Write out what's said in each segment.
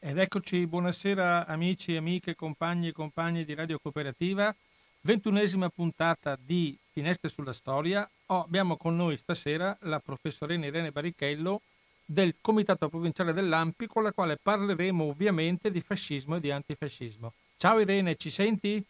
Ed eccoci, buonasera amici, amiche, compagni e compagne di Radio Cooperativa, 21esima puntata di Finestre sulla Storia. Abbiamo con noi stasera la professoressa Irene Barrichello del Comitato Provinciale dell'ANPI, con la quale parleremo ovviamente di fascismo e di antifascismo. Ciao Irene, ci senti?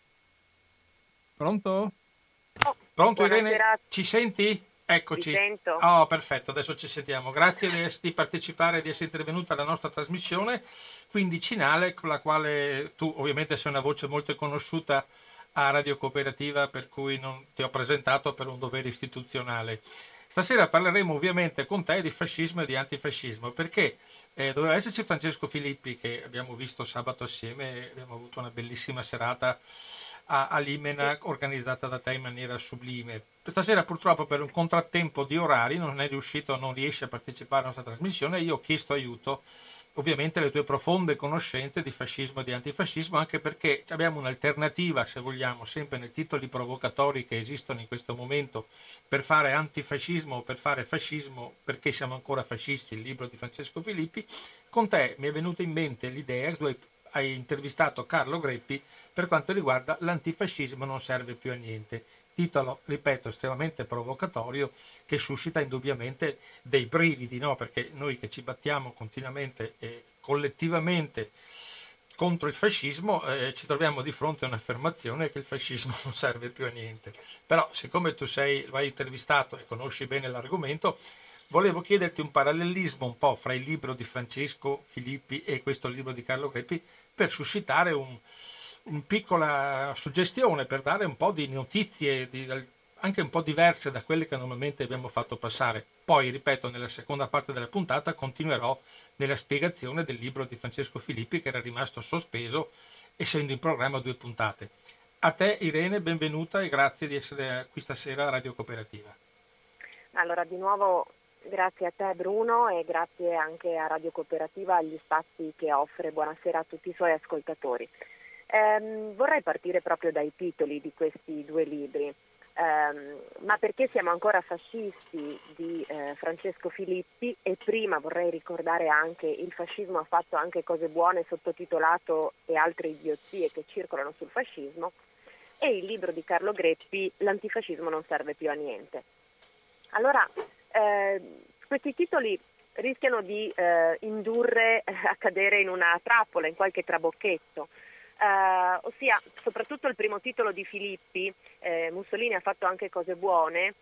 Pronto? Pronto Irene? Buonasera, Ci senti? vi Eccoci. sento. Oh, perfetto, adesso ci sentiamo. Grazie di partecipare e di essere intervenuta alla nostra trasmissione quindicinale, con la quale tu ovviamente sei una voce molto conosciuta a Radio Cooperativa, per cui non ti ho presentato per un dovere istituzionale. Stasera parleremo ovviamente con te di fascismo e di antifascismo, perché doveva esserci Francesco Filippi, che abbiamo visto sabato assieme, abbiamo avuto una bellissima serata a Limena organizzata da te in maniera sublime. Stasera purtroppo per un contrattempo di orari non riesce a partecipare alla nostra trasmissione. Io ho chiesto aiuto, ovviamente le tue profonde conoscenze di fascismo e di antifascismo, anche perché abbiamo un'alternativa, se vogliamo, sempre nei titoli provocatori che esistono in questo momento, per fare antifascismo o per fare fascismo, perché siamo ancora fascisti, il libro di Francesco Filippi. Con te mi è venuta in mente l'idea, tu hai intervistato Carlo Greppi per quanto riguarda l'antifascismo non serve più a niente. Titolo, ripeto, estremamente provocatorio, che suscita indubbiamente dei brividi, no? Perché noi che ci battiamo continuamente e collettivamente contro il fascismo, ci troviamo di fronte a un'affermazione che il fascismo non serve più a niente. Però, siccome lo hai intervistato e conosci bene l'argomento, volevo chiederti un parallelismo un po' fra il libro di Francesco Filippi e questo libro di Carlo Greppi, per suscitare una piccola suggestione, per dare un po' di notizie anche un po' diverse da quelle che normalmente abbiamo fatto passare. Poi, ripeto, nella seconda parte della puntata continuerò nella spiegazione del libro di Francesco Filippi, che era rimasto sospeso essendo in programma 2 puntate. A te Irene, benvenuta e grazie di essere qui stasera a Radio Cooperativa. Allora, di nuovo grazie a te Bruno e grazie anche a Radio Cooperativa agli spazi che offre. Buonasera a tutti i suoi ascoltatori. Vorrei partire proprio dai titoli di questi due libri. Ma perché siamo ancora fascisti di Francesco Filippi, e prima vorrei ricordare anche Il fascismo ha fatto anche cose buone, sottotitolato, e altre idiozie che circolano sul fascismo, e il libro di Carlo Greppi L'antifascismo non serve più a niente. Allora, questi titoli rischiano di indurre a cadere in una trappola, in qualche trabocchetto. Ossia, soprattutto il primo titolo di Filippi, Mussolini ha fatto anche cose buone,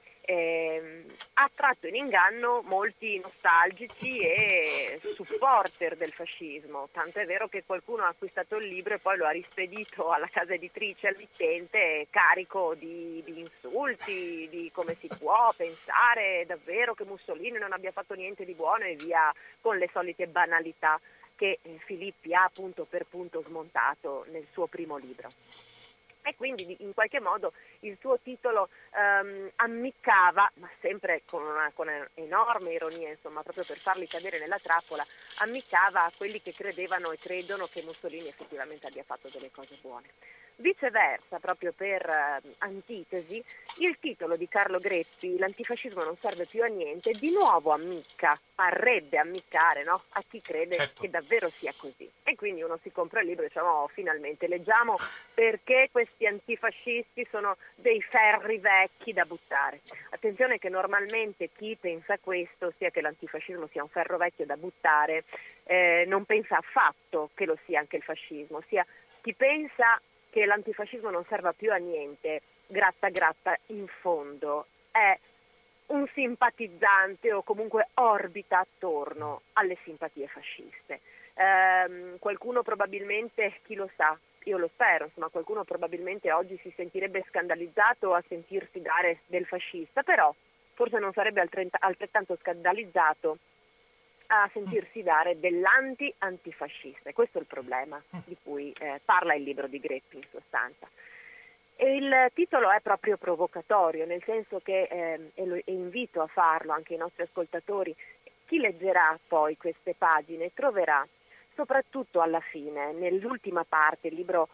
ha tratto in inganno molti nostalgici e supporter del fascismo, tanto è vero che qualcuno ha acquistato il libro e poi lo ha rispedito alla casa editrice, al mittente, carico di insulti, di come si può pensare davvero che Mussolini non abbia fatto niente di buono e via, con le solite banalità che Filippi ha punto per punto smontato nel suo primo libro. E quindi in qualche modo il suo titolo ammiccava, ma sempre con enorme ironia, insomma, proprio per farli cadere nella trappola, ammiccava a quelli che credevano e credono che Mussolini effettivamente abbia fatto delle cose buone. Viceversa, proprio per antitesi, il titolo di Carlo Greppi, L'antifascismo non serve più a niente, di nuovo parrebbe ammiccare, no? A chi crede che davvero sia così. E quindi uno si compra il libro e diciamo, finalmente leggiamo perché questi antifascisti sono dei ferri vecchi da buttare. Attenzione che normalmente chi pensa questo, sia che l'antifascismo sia un ferro vecchio da buttare, non pensa affatto che lo sia anche il fascismo, ossia chi pensa che l'antifascismo non serva più a niente, gratta in fondo, è un simpatizzante o comunque orbita attorno alle simpatie fasciste. Qualcuno probabilmente, chi lo sa, io lo spero, insomma, qualcuno probabilmente oggi si sentirebbe scandalizzato a sentirsi dare del fascista, però forse non sarebbe altrettanto scandalizzato a sentirsi dare dell'antifascista. E questo è il problema di cui parla il libro di Greppi in sostanza. E il titolo è proprio provocatorio, nel senso che, e invito a farlo anche i nostri ascoltatori, chi leggerà poi queste pagine troverà soprattutto alla fine, nell'ultima parte, il libro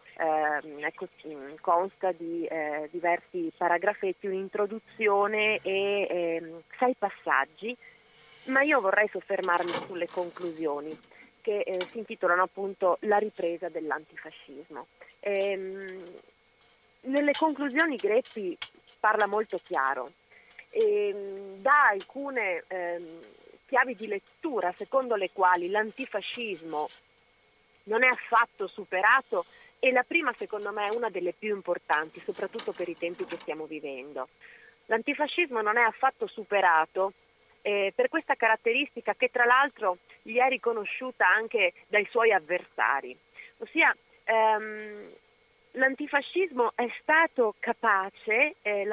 consta di diversi paragrafetti, un'introduzione e 6 passaggi, ma io vorrei soffermarmi sulle conclusioni, che si intitolano appunto La ripresa dell'antifascismo. Nelle conclusioni Greppi parla molto chiaro e dà alcune chiavi di lettura secondo le quali l'antifascismo non è affatto superato, e la prima secondo me è una delle più importanti, soprattutto per i tempi che stiamo vivendo. L'antifascismo non è affatto superato per questa caratteristica che tra l'altro gli è riconosciuta anche dai suoi avversari, ossia l'antifascismo è stato capace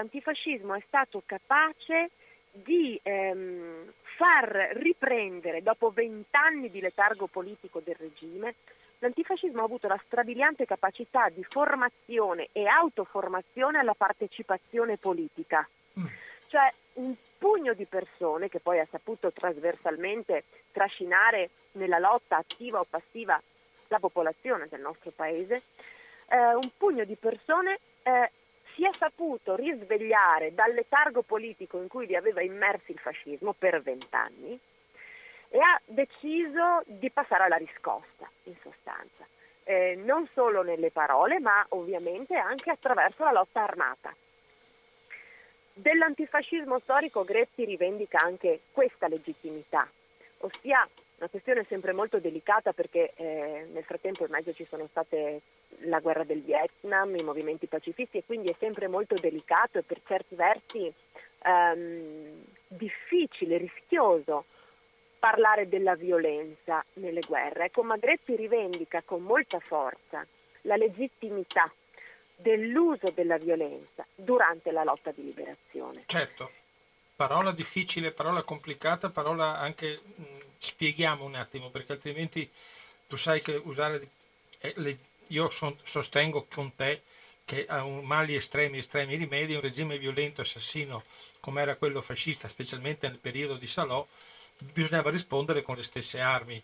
di far riprendere, dopo 20 anni di letargo politico del regime, l'antifascismo ha avuto la strabiliante capacità di formazione e autoformazione alla partecipazione politica. Cioè un pugno di persone che poi ha saputo trasversalmente trascinare nella lotta attiva o passiva la popolazione del nostro paese, un pugno di persone si è saputo risvegliare dal letargo politico in cui li aveva immersi il fascismo per 20 anni e ha deciso di passare alla riscossa, in sostanza, non solo nelle parole, ma ovviamente anche attraverso la lotta armata. Dell'antifascismo storico Greppi rivendica anche questa legittimità, ossia una questione sempre molto delicata perché nel frattempo in mezzo ci sono state la guerra del Vietnam, i movimenti pacifisti, e quindi è sempre molto delicato e per certi versi difficile, rischioso parlare della violenza nelle guerre. Ecco, ma Greppi rivendica con molta forza la legittimità dell'uso della violenza durante la lotta di liberazione. Certo, parola difficile, parola complicata, parola anche, spieghiamo un attimo, perché altrimenti tu sai che usare, io sostengo con te che a mali estremi rimedi, un regime violento e assassino come era quello fascista, specialmente nel periodo di Salò, bisognava rispondere con le stesse armi.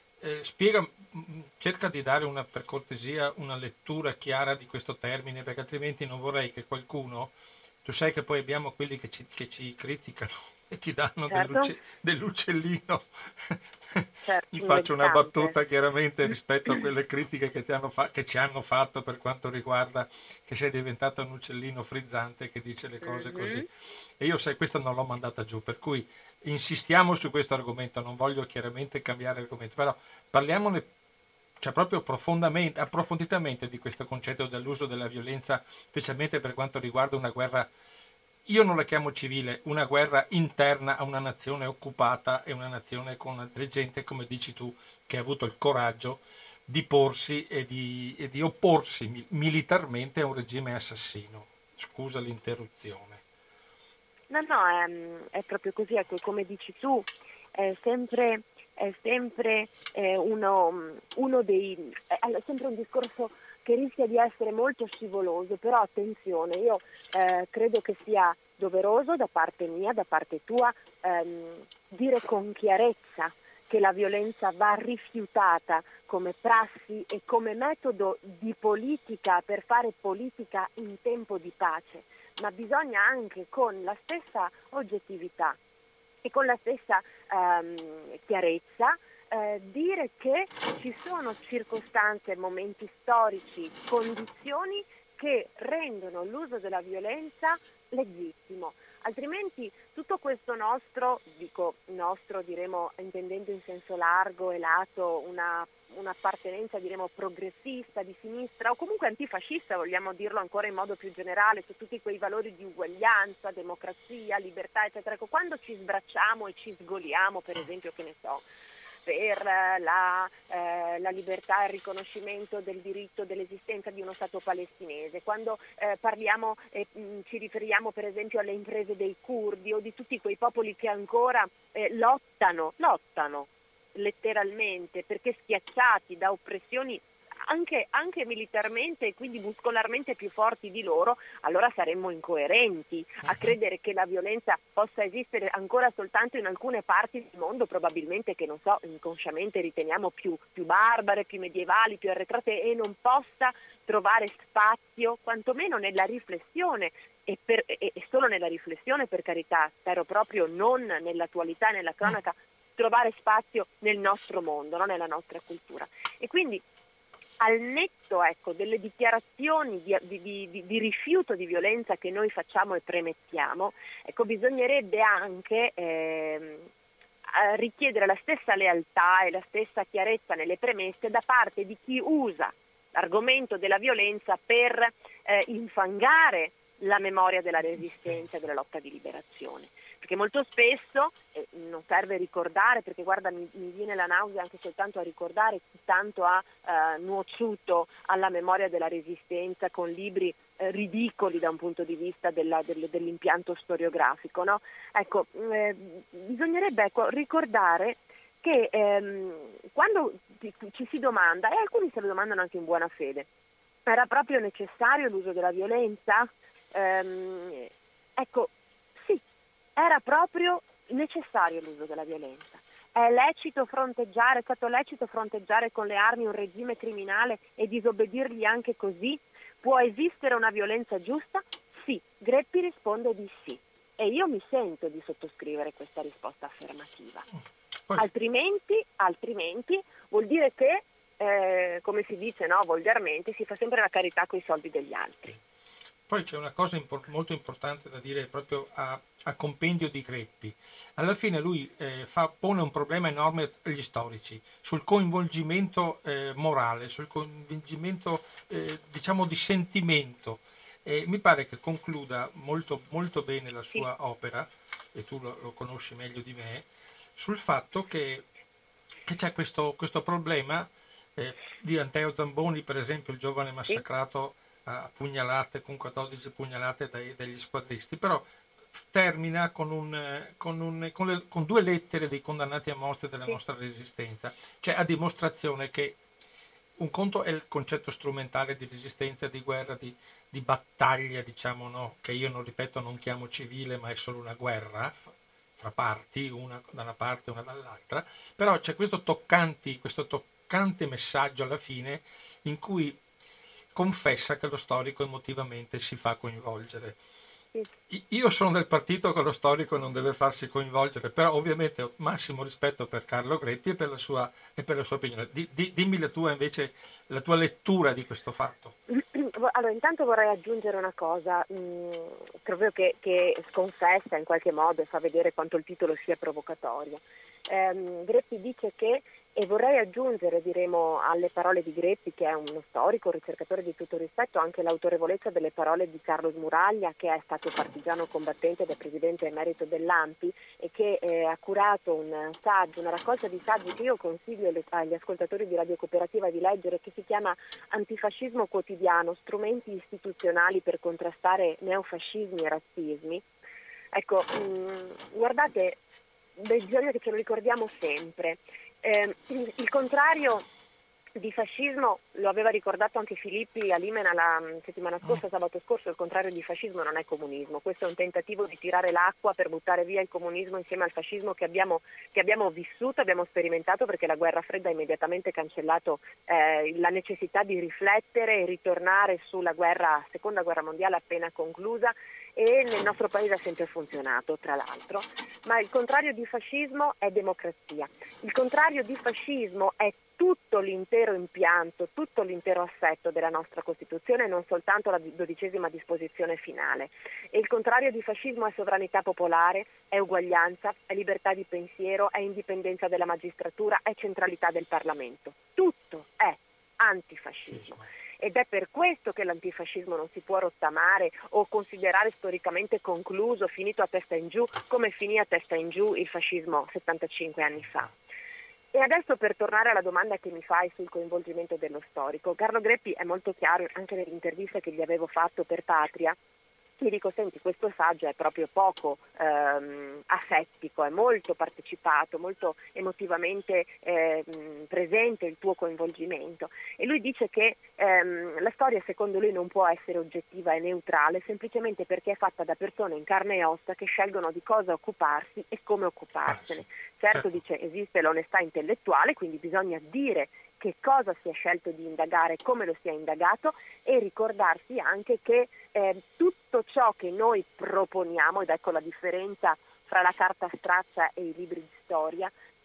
Cerca di dare per cortesia una lettura chiara di questo termine, perché altrimenti non vorrei che qualcuno, tu sai che poi abbiamo quelli che ci criticano e ci danno Certo. dell'uccellino. Certo, Gli faccio una investante. battuta chiaramente rispetto a quelle critiche che ci hanno fatto per quanto riguarda che sei diventato un uccellino frizzante che dice le cose così. E io sai, questa non l'ho mandata giù, per cui insistiamo su questo argomento, non voglio chiaramente cambiare argomento, però parliamone, cioè proprio approfonditamente di questo concetto dell'uso della violenza, specialmente per quanto riguarda una guerra, io non la chiamo civile, una guerra interna a una nazione occupata e una nazione con gente, come dici tu, che ha avuto il coraggio di porsi e di opporsi militarmente a un regime assassino. Scusa l'interruzione. No, è proprio così, ecco, come dici tu, è sempre uno dei, è sempre un discorso che rischia di essere molto scivoloso, però attenzione, io credo che sia doveroso da parte mia, da parte tua, dire con chiarezza che la violenza va rifiutata come prassi e come metodo di politica per fare politica in tempo di pace, ma bisogna anche con la stessa oggettività e con la stessa chiarezza dire che ci sono circostanze, momenti storici, condizioni che rendono l'uso della violenza legittimo. Altrimenti tutto questo nostro, dico nostro diremo intendendo in senso largo e lato un'appartenenza diremo progressista di sinistra o comunque antifascista, vogliamo dirlo ancora in modo più generale, su tutti quei valori di uguaglianza, democrazia, libertà eccetera. Ecco, quando ci sbracciamo e ci sgoliamo, per esempio, che ne so, per la libertà e il riconoscimento del diritto dell'esistenza di uno Stato palestinese, quando parliamo e ci riferiamo per esempio alle imprese dei curdi o di tutti quei popoli che ancora lottano letteralmente perché schiacciati da oppressioni anche militarmente e quindi muscolarmente più forti di loro, allora saremmo incoerenti a credere che la violenza possa esistere ancora soltanto in alcune parti del mondo, probabilmente che non so, inconsciamente riteniamo più barbare, più medievali, più arretrate e non possa trovare spazio, quantomeno nella riflessione e solo nella riflessione, per carità, spero proprio non nell'attualità, nella cronaca trovare spazio nel nostro mondo, no? Nella nostra cultura. E quindi al netto, ecco, delle dichiarazioni di rifiuto di violenza che noi facciamo e premettiamo, ecco, bisognerebbe anche richiedere la stessa lealtà e la stessa chiarezza nelle premesse da parte di chi usa l'argomento della violenza per infangare la memoria della resistenza e della lotta di liberazione. Perché molto spesso, non serve ricordare, perché guarda mi viene la nausea anche soltanto a ricordare chi tanto ha nuociuto alla memoria della resistenza con libri ridicoli da un punto di vista dell'impianto storiografico, no? Ecco, bisognerebbe ricordare che quando ci si domanda, e alcuni se lo domandano anche in buona fede, era proprio necessario l'uso della violenza? Ecco, sì, era proprio necessario l'uso della violenza. È stato lecito fronteggiare con le armi un regime criminale e disobbedirgli anche così? Può esistere una violenza giusta? Sì. Greppi risponde di sì. E io mi sento di sottoscrivere questa risposta affermativa. Altrimenti vuol dire che, come si dice, no, volgarmente, si fa sempre la carità coi soldi degli altri. Poi c'è una cosa molto importante da dire proprio a compendio di Greppi. Alla fine lui pone un problema enorme agli storici sul coinvolgimento morale, sul coinvolgimento diciamo di sentimento. Mi pare che concluda molto, molto bene la sua opera, e tu lo conosci meglio di me, sul fatto che c'è questo problema di Anteo Zamboni, per esempio, il giovane massacrato a pugnalate, con 14 pugnalate dagli squadristi, però termina con due lettere dei condannati a morte della nostra resistenza, cioè a dimostrazione che un conto è il concetto strumentale di resistenza, di guerra, di battaglia, diciamo, no, che io non chiamo civile, ma è solo una guerra fra parti, una da una parte e una dall'altra, però c'è questo toccante messaggio alla fine in cui confessa che lo storico emotivamente si fa coinvolgere. Io sono del partito che lo storico non deve farsi coinvolgere, però ovviamente ho massimo rispetto per Carlo Greppi e per la sua opinione. Dimmi invece la tua lettura di questo fatto. Allora, intanto vorrei aggiungere una cosa, proprio che sconfessa in qualche modo e fa vedere quanto il titolo sia provocatorio. Greppi dice che, e vorrei aggiungere, diremo, alle parole di Greppi, che è uno storico, un ricercatore di tutto rispetto, anche l'autorevolezza delle parole di Carlo Smuraglia, che è stato partigiano combattente ed è presidente emerito dell'ANPI e che ha curato un saggio, una raccolta di saggi che io consiglio agli ascoltatori di Radio Cooperativa di leggere, che si chiama Antifascismo quotidiano, strumenti istituzionali per contrastare neofascismi e razzismi. Ecco, guardate, bisogna che ce lo ricordiamo sempre. Il contrario di fascismo, lo aveva ricordato anche Filippi a Limena la settimana scorsa, sabato scorso, il contrario di fascismo non è comunismo. Questo è un tentativo di tirare l'acqua per buttare via il comunismo insieme al fascismo che abbiamo vissuto, abbiamo sperimentato, perché la guerra fredda ha immediatamente cancellato la necessità di riflettere e ritornare sulla seconda guerra mondiale appena conclusa, e nel nostro paese ha sempre funzionato, tra l'altro. Ma il contrario di fascismo è democrazia. Il contrario di fascismo è tutto l'intero impianto, tutto l'intero assetto della nostra Costituzione, non soltanto la 12ª disposizione finale. E il contrario di fascismo è sovranità popolare, è uguaglianza, è libertà di pensiero, è indipendenza della magistratura, è centralità del Parlamento. Tutto è antifascismo. Ed è per questo che l'antifascismo non si può rottamare o considerare storicamente concluso, finito a testa in giù, come finì a testa in giù il fascismo 75 anni fa. E adesso, per tornare alla domanda che mi fai sul coinvolgimento dello storico, Carlo Greppi è molto chiaro anche nell'intervista che gli avevo fatto per Patria. Mi dico, senti, questo saggio è proprio poco asettico, è molto partecipato, molto emotivamente presente il tuo coinvolgimento. E lui dice che la storia, secondo lui, non può essere oggettiva e neutrale, semplicemente perché è fatta da persone in carne e ossa che scelgono di cosa occuparsi e come occuparsene. Certo, dice, esiste l'onestà intellettuale, quindi bisogna dire che cosa si è scelto di indagare, come lo si è indagato, e ricordarsi anche che tutto ciò che noi proponiamo, ed ecco la differenza fra la carta straccia e i libri di storia,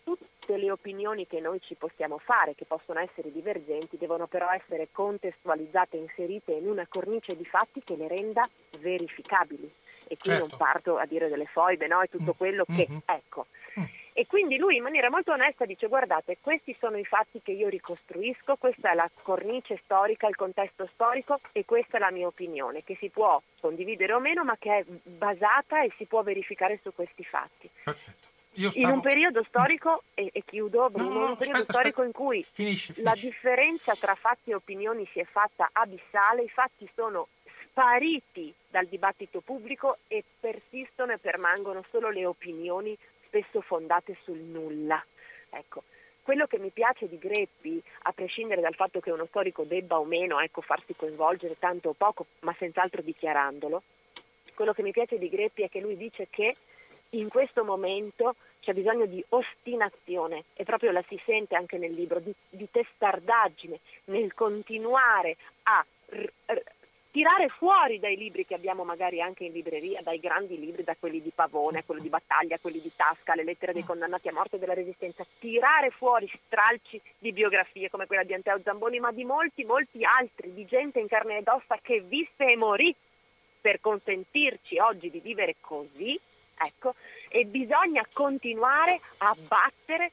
tutte le opinioni che noi ci possiamo fare, che possono essere divergenti, devono però essere contestualizzate, inserite in una cornice di fatti che le renda verificabili. E qui non parto a dire delle foibe, no? È tutto quello che, ecco. E quindi lui in maniera molto onesta dice: guardate, questi sono i fatti che io ricostruisco, questa è la cornice storica, il contesto storico, e questa è la mia opinione, che si può condividere o meno, ma che è basata e si può verificare su questi fatti. Perfetto. In un periodo storico, e chiudo Bruno, in un periodo storico in cui finisci. La differenza tra fatti e opinioni si è fatta abissale, i fatti sono spariti dal dibattito pubblico e persistono e permangono solo le opinioni, spesso fondate sul nulla. Ecco, quello che mi piace di Greppi, a prescindere dal fatto che uno storico debba o meno farsi coinvolgere tanto o poco, ma senz'altro dichiarandolo, quello che mi piace di Greppi è che lui dice che in questo momento c'è bisogno di ostinazione, e proprio la si sente anche nel libro, di testardaggine, nel continuare a tirare fuori dai libri che abbiamo magari anche in libreria, dai grandi libri, da quelli di Pavone, quelli di Battaglia, quelli di Tasca, le lettere dei condannati a morte della Resistenza, tirare fuori stralci di biografie come quella di Anteo Zamboni, ma di molti, molti altri, di gente in carne ed ossa che visse e morì per consentirci oggi di vivere così, ecco, e bisogna continuare a battere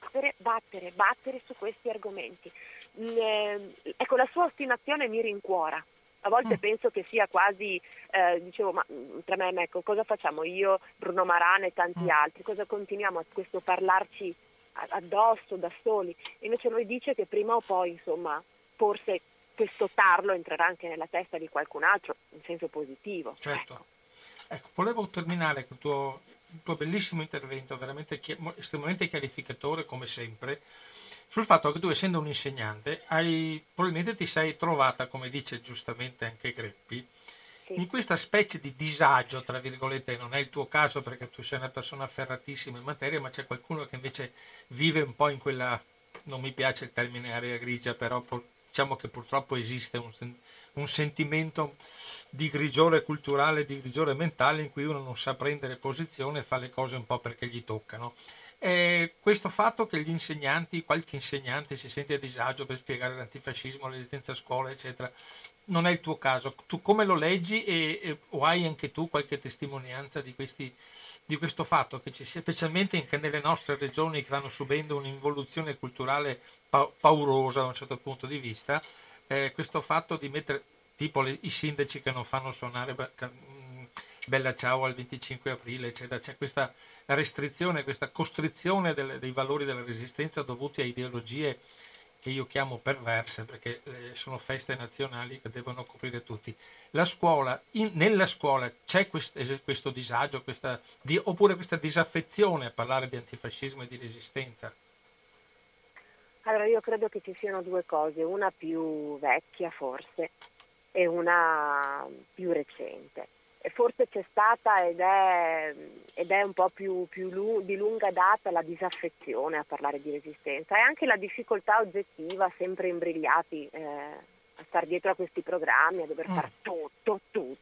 su questi argomenti. Ecco, la sua ostinazione mi rincuora. A volte penso che sia quasi, ma tra me e me, cosa facciamo io, Bruno Marana e tanti altri? Cosa continuiamo a questo parlarci addosso, da soli? Invece lui dice che prima o poi, insomma, forse questo tarlo entrerà anche nella testa di qualcun altro, in senso positivo. Certo. Ecco, volevo terminare con il tuo bellissimo intervento, veramente estremamente chiarificatore come sempre, sul fatto che tu, essendo un insegnante, probabilmente ti sei trovata, come dice giustamente anche Greppi, in questa specie di disagio, tra virgolette. Non è il tuo caso perché tu sei una persona ferratissima in materia, ma c'è qualcuno che invece vive un po' in quella, non mi piace il termine area grigia, però diciamo che purtroppo esiste un sentimento di grigiore culturale, di grigiore mentale, in cui uno non sa prendere posizione e fa le cose un po' perché gli toccano. Questo fatto che qualche insegnante si sente a disagio per spiegare l'antifascismo, la resistenza a scuola, eccetera, non è il tuo caso. Tu come lo leggi, o hai anche tu qualche testimonianza di questo fatto che ci sia, specialmente anche nelle nostre regioni che stanno subendo un'involuzione culturale paurosa da un certo punto di vista, questo fatto di mettere tipo i sindaci che non fanno suonare Bella Ciao al 25 aprile, eccetera. C'è questa restrizione, questa costrizione dei valori della resistenza dovuti a ideologie che io chiamo perverse, perché sono feste nazionali che devono coprire tutti. La scuola, nella scuola c'è questo disagio, oppure questa disaffezione a parlare di antifascismo e di resistenza? Allora, io credo che ci siano due cose, una più vecchia forse e una più recente. E forse c'è stata ed è un po' di lunga data la disaffezione a parlare di resistenza, e anche la difficoltà oggettiva, sempre imbrigliati a star dietro a questi programmi, a dover fare tutto,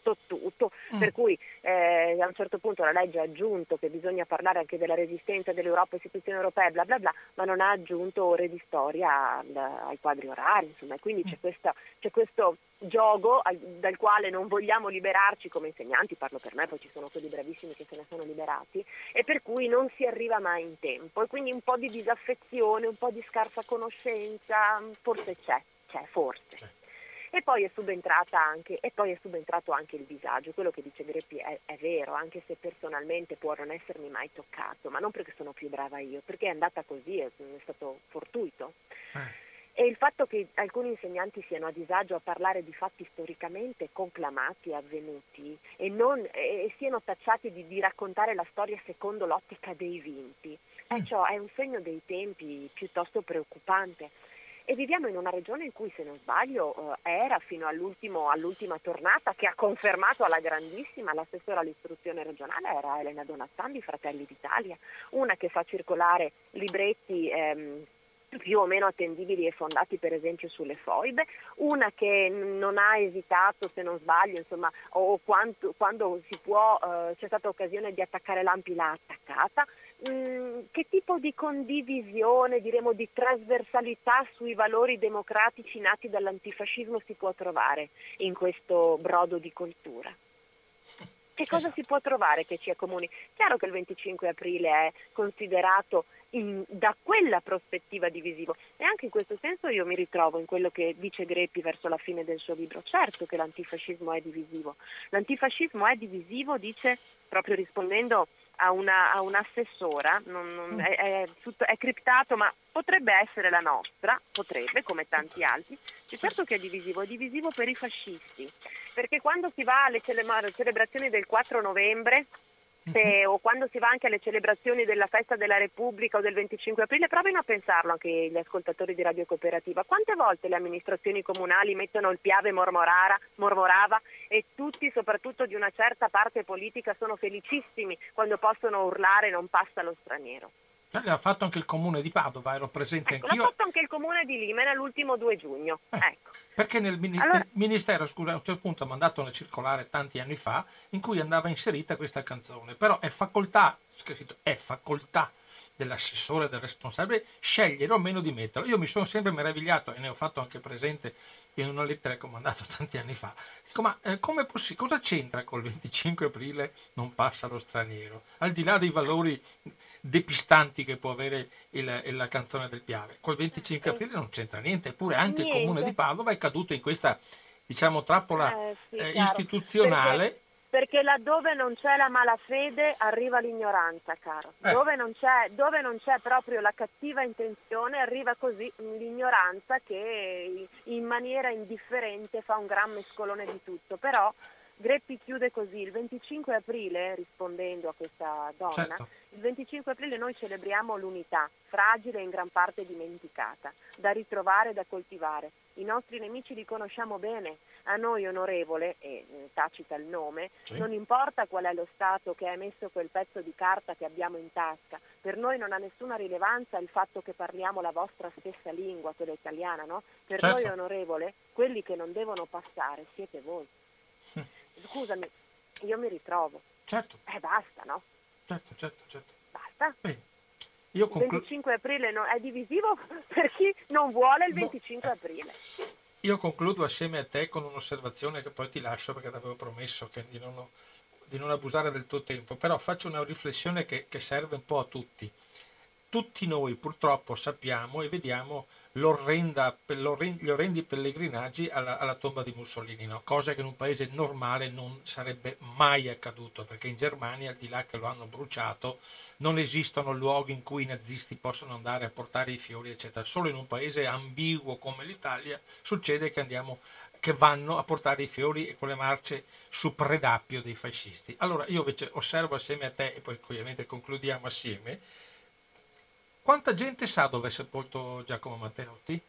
per cui a un certo punto la legge ha aggiunto che bisogna parlare anche della resistenza dell'Europa, istituzioni europee, bla bla bla, ma non ha aggiunto ore di storia ai quadri orari, insomma, e quindi c'è questo gioco dal quale non vogliamo liberarci come insegnanti, parlo per me, poi ci sono quelli bravissimi che se ne sono liberati, e per cui non si arriva mai in tempo, e quindi un po' di disaffezione, un po' di scarsa conoscenza, forse c'è forse. E poi è subentrato anche il disagio. Quello che dice Greppi è vero, anche se personalmente può non essermi mai toccato, ma non perché sono più brava io, perché è andata così, è stato fortuito. E il fatto che alcuni insegnanti siano a disagio a parlare di fatti storicamente conclamati, avvenuti, e siano tacciati di raccontare la storia secondo l'ottica dei vinti, ciò è un segno dei tempi piuttosto preoccupante. E viviamo in una regione in cui, se non sbaglio, era fino all'ultima tornata, che ha confermato alla grandissima l'assessora all'istruzione regionale, era Elena Donazzan di Fratelli d'Italia, una che fa circolare libretti più o meno attendibili e fondati per esempio sulle foibe, una che non ha esitato, se non sbaglio, insomma, quando si può, c'è stata occasione di attaccare l'ANPI l'ha attaccata. che tipo di condivisione, diremo di trasversalità sui valori democratici nati dall'antifascismo si può trovare in questo brodo di coltura? Che cosa si può trovare che ci accomuni? Chiaro che il 25 aprile è considerato da quella prospettiva divisivo, e anche in questo senso io mi ritrovo in quello che dice Greppi verso la fine del suo libro. Certo che l'antifascismo è divisivo. L'antifascismo è divisivo, dice, proprio rispondendo a un'assessora, è criptato, ma potrebbe essere la nostra, potrebbe, come tanti altri. Certo che è divisivo per i fascisti, perché quando si va alle celebrazioni del 4 novembre, o quando si va anche alle celebrazioni della festa della Repubblica o del 25 aprile, provino a pensarlo anche gli ascoltatori di Radio Cooperativa, quante volte le amministrazioni comunali mettono il Piave mormorava e tutti, soprattutto di una certa parte politica, sono felicissimi quando possono urlare non passa lo straniero. L'ha fatto anche il comune di Padova, ero presente anch'io. L'ha fatto anche il comune di Limena l'ultimo 2 giugno. Ecco. Perché nel ministero, scusa, a un certo punto ha mandato una circolare tanti anni fa in cui andava inserita questa canzone, però è facoltà dell'assessore, del responsabile, scegliere o meno di metterlo. Io mi sono sempre meravigliato, e ne ho fatto anche presente in una lettera che ho mandato tanti anni fa. Dico, ma come è possibile? Cosa c'entra col 25 aprile non passa lo straniero? Al di là dei valori depistanti che può avere la canzone del Piave, col 25 aprile non c'entra niente, eppure anche il comune di Padova è caduto in questa, diciamo, trappola istituzionale. Perché laddove non c'è la malafede arriva l'ignoranza, caro. Dove non c'è proprio la cattiva intenzione arriva così l'ignoranza, che in maniera indifferente fa un gran mescolone di tutto. Però Greppi chiude così: il 25 aprile, rispondendo a questa donna, certo. Il 25 aprile noi celebriamo l'unità, fragile e in gran parte dimenticata, da ritrovare e da coltivare. I nostri nemici li conosciamo bene. A noi, onorevole, e tacita il nome, sì, non importa qual è lo Stato che ha emesso quel pezzo di carta che abbiamo in tasca, per noi non ha nessuna rilevanza il fatto che parliamo la vostra stessa lingua, quella italiana, no? Per certo. Noi, onorevole, quelli che non devono passare siete voi. Scusami, io mi ritrovo. Certo. Basta, no? Certo. Basta. Il 25 aprile è divisivo per chi non vuole il 25 aprile. Io concludo assieme a te con un'osservazione che poi ti lascio, perché ti avevo promesso di non abusare del tuo tempo, però faccio una riflessione che serve un po' a tutti. Tutti noi purtroppo sappiamo e vediamo gli orrendi pellegrinaggi alla tomba di Mussolini, no? Cosa che in un paese normale non sarebbe mai accaduto, perché in Germania, al di là che lo hanno bruciato, non esistono luoghi in cui i nazisti possono andare a portare i fiori, eccetera. Solo in un paese ambiguo come l'Italia succede che vanno a portare i fiori e con le marce su Predappio dei fascisti. Allora io invece osservo assieme a te, e poi ovviamente concludiamo assieme, quanta gente sa dove è sepolto Giacomo Matteotti?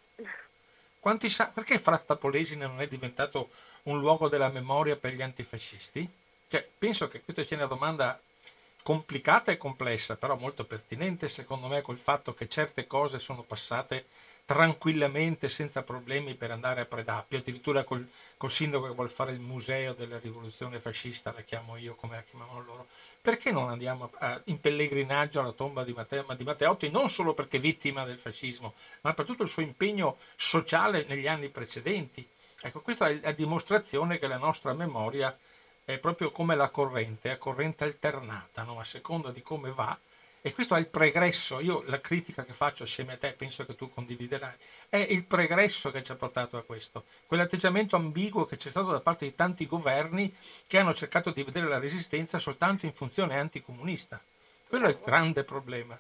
Quanti sa? Perché Fratta Polesine non è diventato un luogo della memoria per gli antifascisti? Penso che questa sia una domanda complicata e complessa, però molto pertinente secondo me, col fatto che certe cose sono passate tranquillamente, senza problemi, per andare a Predappio, addirittura col sindaco che vuole fare il museo della rivoluzione fascista, la chiamo io come la chiamavano loro. Perché non andiamo in pellegrinaggio alla tomba di Matteotti, non solo perché vittima del fascismo, ma per tutto il suo impegno sociale negli anni precedenti? Ecco, questa è la dimostrazione che la nostra memoria è proprio come la corrente, è corrente alternata, no? A seconda di come va. E questo è il pregresso. Io la critica che faccio assieme a te, penso che tu condividerai, è il pregresso che ci ha portato a questo. Quell'atteggiamento ambiguo che c'è stato da parte di tanti governi che hanno cercato di vedere la resistenza soltanto in funzione anticomunista. Quello è il grande problema.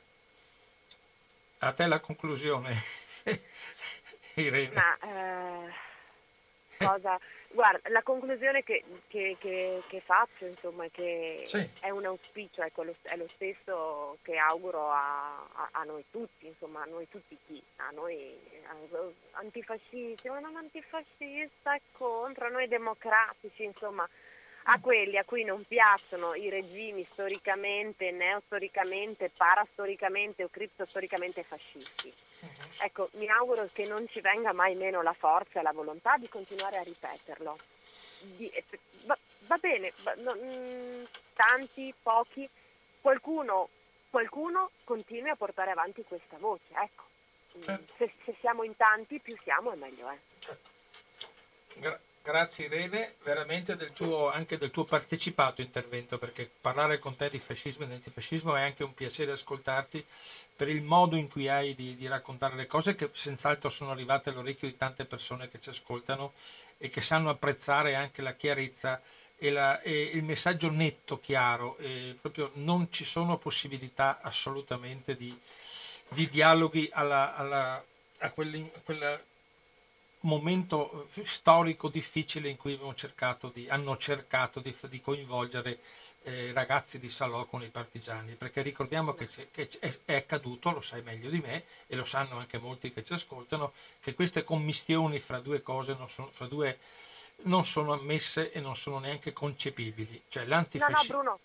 A te la conclusione, Irene. Guarda, la conclusione che faccio, insomma, è che sì, è un auspicio, ecco, è lo stesso che auguro a noi tutti, insomma, a noi tutti a noi antifascisti, ma non antifascista è contro, a noi democratici, insomma, a quelli a cui non piacciono i regimi storicamente, neostoricamente, parastoricamente o criptostoricamente fascisti. Ecco, mi auguro che non ci venga mai meno la forza e la volontà di continuare a ripeterlo. Va bene, tanti, pochi, qualcuno qualcuno continui a portare avanti questa voce, ecco. Se siamo in tanti, più siamo e meglio è. Grazie Irene, veramente anche del tuo partecipato intervento, perché parlare con te di fascismo e di antifascismo è anche un piacere ascoltarti per il modo in cui hai di raccontare le cose, che senz'altro sono arrivate all'orecchio di tante persone che ci ascoltano e che sanno apprezzare anche la chiarezza e il messaggio netto, chiaro, e proprio non ci sono possibilità assolutamente di dialoghi a quella momento storico difficile in cui hanno cercato di coinvolgere ragazzi di Salò con i partigiani, perché ricordiamo che è accaduto, lo sai meglio di me e lo sanno anche molti che ci ascoltano, che queste commistioni fra due cose non sono ammesse e non sono neanche concepibili. Cioè No, Bruno,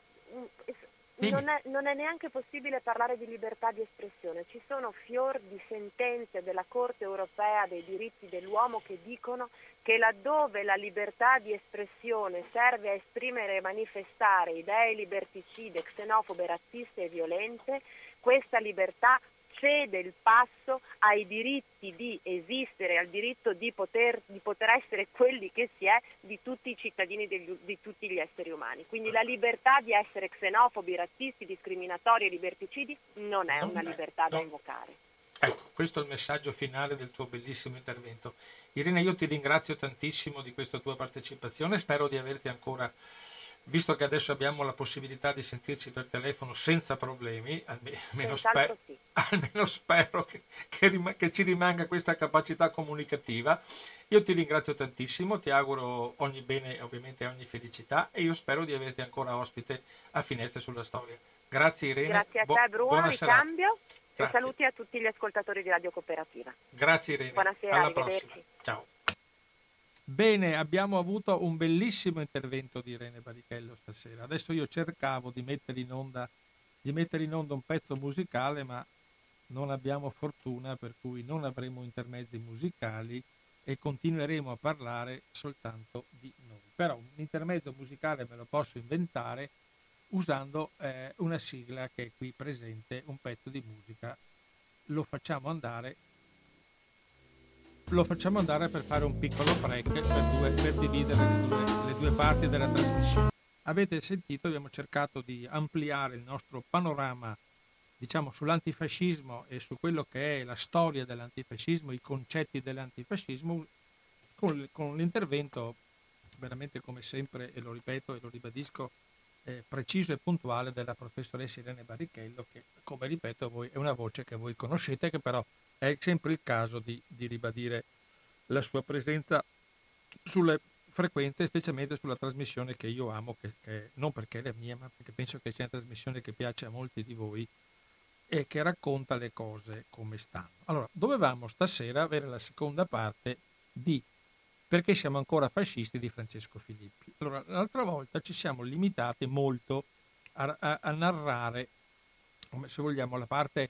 Dimmi. non è neanche possibile parlare di libertà di espressione. Ci sono fior di sentenze della Corte europea dei diritti dell'uomo che dicono che laddove la libertà di espressione serve a esprimere e manifestare idee liberticide, xenofobe, razziste e violente, questa libertà cede il passo ai diritti di esistere, al diritto di poter essere quelli che si è di tutti i cittadini, di tutti gli esseri umani. Quindi la libertà di essere xenofobi, razzisti, discriminatori e liberticidi non è una libertà da invocare. Ecco, questo è il messaggio finale del tuo bellissimo intervento. Irene, io ti ringrazio tantissimo di questa tua partecipazione, spero di averti ancora, visto che adesso abbiamo la possibilità di sentirci per telefono senza problemi, almeno spero che ci rimanga questa capacità comunicativa. Io ti ringrazio tantissimo, ti auguro ogni bene e ovviamente ogni felicità e io spero di averti ancora ospite a Finestre sulla Storia. Grazie Irene. Grazie a te Bruno, ricambio e saluti a tutti gli ascoltatori di Radio Cooperativa. Grazie Irene. Buonasera, arrivederci. Prossima. Ciao. Bene, abbiamo avuto un bellissimo intervento di Irene Barichello stasera. Adesso io cercavo di mettere in onda un pezzo musicale, ma non abbiamo fortuna, per cui non avremo intermezzi musicali e continueremo a parlare soltanto di noi. Però un intermezzo musicale me lo posso inventare usando una sigla che è qui presente, un pezzo di musica. Lo facciamo andare per fare un piccolo break per dividere le due parti della trasmissione. Avete sentito, abbiamo cercato di ampliare il nostro panorama, diciamo, sull'antifascismo e su quello che è la storia dell'antifascismo, i concetti dell'antifascismo, con l'intervento veramente, come sempre, e lo ripeto e lo ribadisco, preciso e puntuale della professoressa Irene Barichello, che, come ripeto, voi è una voce che voi conoscete, che però è sempre il caso di ribadire la sua presenza sulle frequenze, specialmente sulla trasmissione che io amo, che non perché è la mia, ma perché penso che sia una trasmissione che piace a molti di voi e che racconta le cose come stanno. Allora, dovevamo stasera avere la seconda parte di Perché siamo ancora fascisti di Francesco Filippi. Allora, l'altra volta ci siamo limitati molto a narrare, come se vogliamo, la parte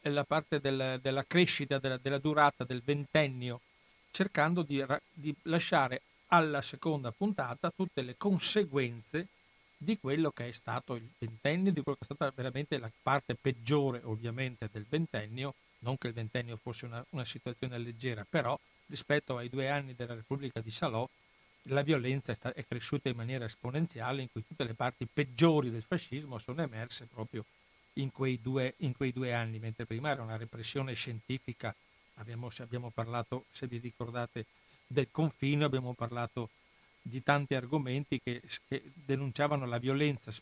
della crescita, della durata del ventennio, cercando di lasciare alla seconda puntata tutte le conseguenze di quello che è stato il ventennio, di quello che è stata veramente la parte peggiore ovviamente del ventennio, non che il ventennio fosse una situazione leggera, però rispetto ai 2 anni della Repubblica di Salò la violenza è cresciuta in maniera esponenziale, in cui tutte le parti peggiori del fascismo sono emerse proprio in quei due anni, mentre prima era una repressione scientifica. Abbiamo parlato, se vi ricordate, del confine, abbiamo parlato di tanti argomenti che denunciavano la violenza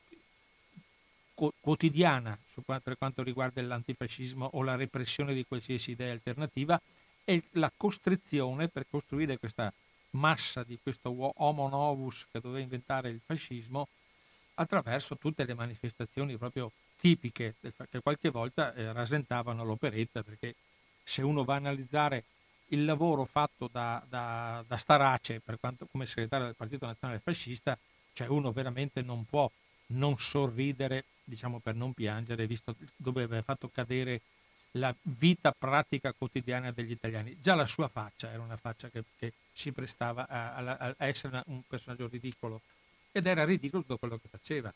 quotidiana per quanto riguarda l'antifascismo o la repressione di qualsiasi idea alternativa e la costrizione per costruire questa massa di questo homo novus che doveva inventare il fascismo attraverso tutte le manifestazioni proprio tipiche che qualche volta rasentavano l'operetta, perché se uno va a analizzare il lavoro fatto da Starace come segretario del Partito Nazionale Fascista, cioè uno veramente non può non sorridere, diciamo, per non piangere, visto dove aveva fatto cadere la vita pratica quotidiana degli italiani. Già la sua faccia era una faccia che si prestava a essere un personaggio ridicolo, ed era ridicolo tutto quello che faceva.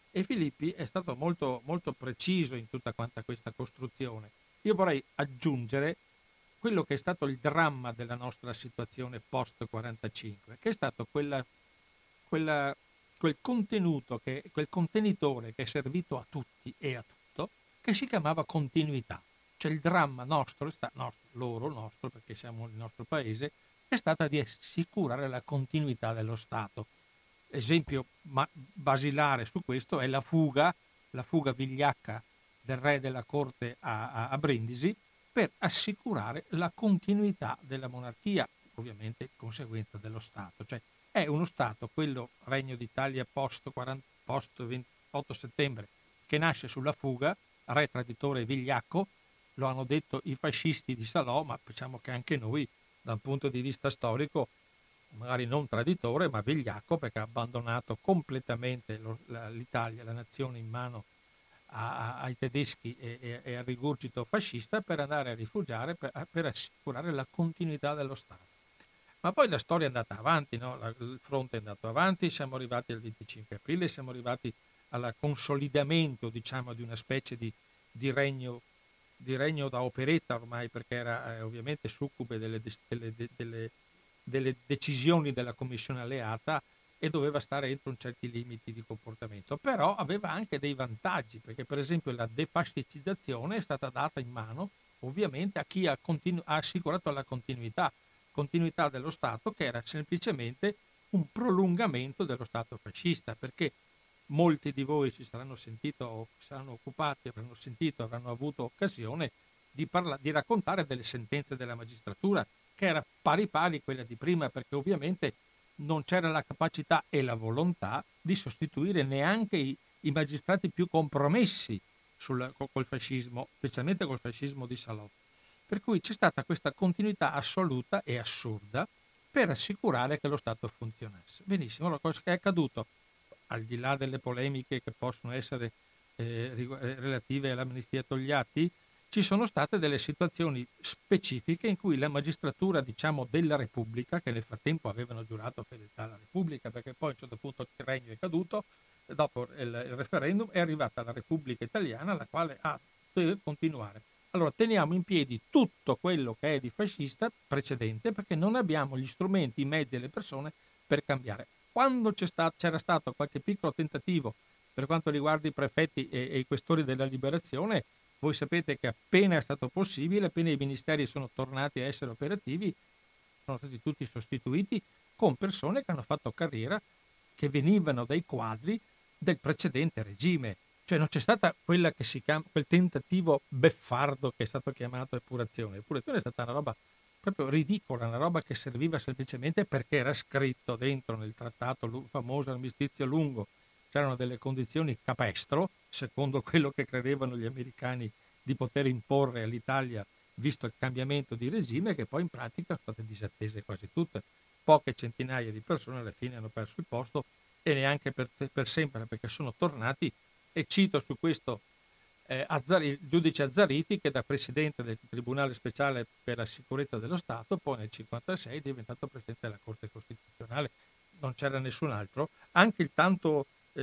E Filippi è stato molto, molto preciso in tutta quanta questa costruzione. Io vorrei aggiungere quello che è stato il dramma della nostra situazione post 45, che è stato quella- quel contenitore che è servito a tutti e a tutto, che si chiamava continuità. Cioè il dramma nostro, nostro, perché siamo il nostro paese, è stata di assicurare la continuità dello Stato. Esempio basilare su questo è la fuga vigliacca del re della corte a Brindisi per assicurare la continuità della monarchia, ovviamente conseguenza dello Stato. Cioè è uno Stato, quello Regno d'Italia post 28 settembre, che nasce sulla fuga, re traditore vigliacco, lo hanno detto i fascisti di Salò, ma diciamo che anche noi, da un punto di vista storico, magari non traditore, ma vigliacco, perché ha abbandonato completamente l'Italia, la nazione in mano ai tedeschi e al rigurgito fascista per andare a rifugiare, per assicurare la continuità dello Stato. Ma poi la storia è andata avanti, no? Il fronte è andato avanti, siamo arrivati al 25 aprile, siamo arrivati al consolidamento, diciamo, di una specie di regno, di regno da operetta ormai, perché era ovviamente succube delle decisioni della Commissione alleata e doveva stare entro certi limiti di comportamento. Però aveva anche dei vantaggi, perché per esempio la defasticizzazione è stata data in mano ovviamente a chi ha assicurato la continuità dello Stato, che era semplicemente un prolungamento dello Stato fascista, perché molti di voi si saranno sentito, si saranno occupati, avranno sentito, avranno avuto occasione di raccontare delle sentenze della magistratura, che era pari pari quella di prima, perché ovviamente non c'era la capacità e la volontà di sostituire neanche i magistrati più compromessi col fascismo, specialmente col fascismo di Salò. Per cui c'è stata questa continuità assoluta e assurda per assicurare che lo Stato funzionasse. Benissimo, la cosa che è accaduto, al di là delle polemiche che possono essere relative all'amnistia Togliatti, ci sono state delle situazioni specifiche in cui la magistratura, diciamo, della Repubblica, che nel frattempo avevano giurato fedeltà alla Repubblica, perché poi a un certo punto il regno è caduto, dopo il referendum è arrivata la Repubblica Italiana, la quale deve continuare. Allora teniamo in piedi tutto quello che è di fascista precedente, perché non abbiamo gli strumenti, i mezzi e le persone per cambiare. Quando c'era stato qualche piccolo tentativo per quanto riguarda i prefetti e i questori della liberazione, voi sapete che appena è stato possibile, appena i ministeri sono tornati a essere operativi, sono stati tutti sostituiti con persone che hanno fatto carriera, che venivano dai quadri del precedente regime. Cioè non c'è stata quella che si chiama, quel tentativo beffardo che è stato chiamato epurazione. L'epurazione è stata una roba proprio ridicola, una roba che serviva semplicemente perché era scritto dentro nel trattato famoso armistizio lungo. C'erano delle condizioni capestro, secondo quello che credevano gli americani di poter imporre all'Italia, visto il cambiamento di regime, che poi in pratica sono state disattese quasi tutte. Poche centinaia di persone alla fine hanno perso il posto e neanche per sempre, perché sono tornati, e cito su questo il giudice Azzariti, che da presidente del Tribunale Speciale per la Sicurezza dello Stato, poi nel 1956 è diventato presidente della Corte Costituzionale. Non c'era nessun altro. Anche il tanto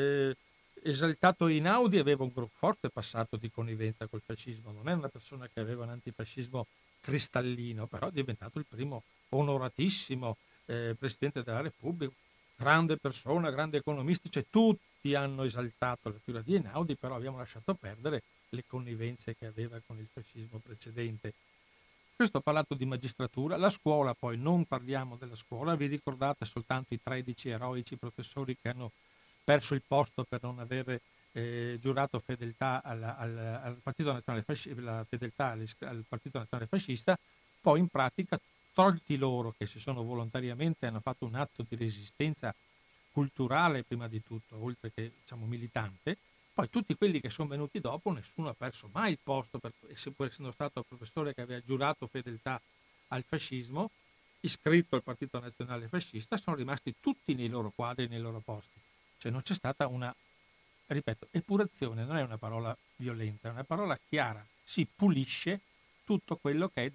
esaltato Einaudi aveva un forte passato di connivenza col fascismo. Non è una persona che aveva un antifascismo cristallino, però è diventato il primo onoratissimo presidente della Repubblica, grande persona, grande economista, cioè tutti hanno esaltato la figura di Einaudi, però abbiamo lasciato perdere le connivenze che aveva con il fascismo precedente. Questo ho parlato di magistratura, la scuola poi, non parliamo della scuola, vi ricordate soltanto i 13 eroici professori che hanno perso il posto per non aver giurato fedeltà al Partito Nazionale Fascista, la fedeltà al Partito Nazionale Fascista, poi in pratica tolti loro che si sono volontariamente, hanno fatto un atto di resistenza culturale prima di tutto, oltre che diciamo militante, poi tutti quelli che sono venuti dopo, nessuno ha perso mai il posto, pur essendo stato il professore che aveva giurato fedeltà al fascismo, iscritto al Partito Nazionale Fascista, sono rimasti tutti nei loro quadri, nei loro posti. Cioè non c'è stata una, ripeto, epurazione non è una parola violenta, è una parola chiara, si pulisce tutto quello che è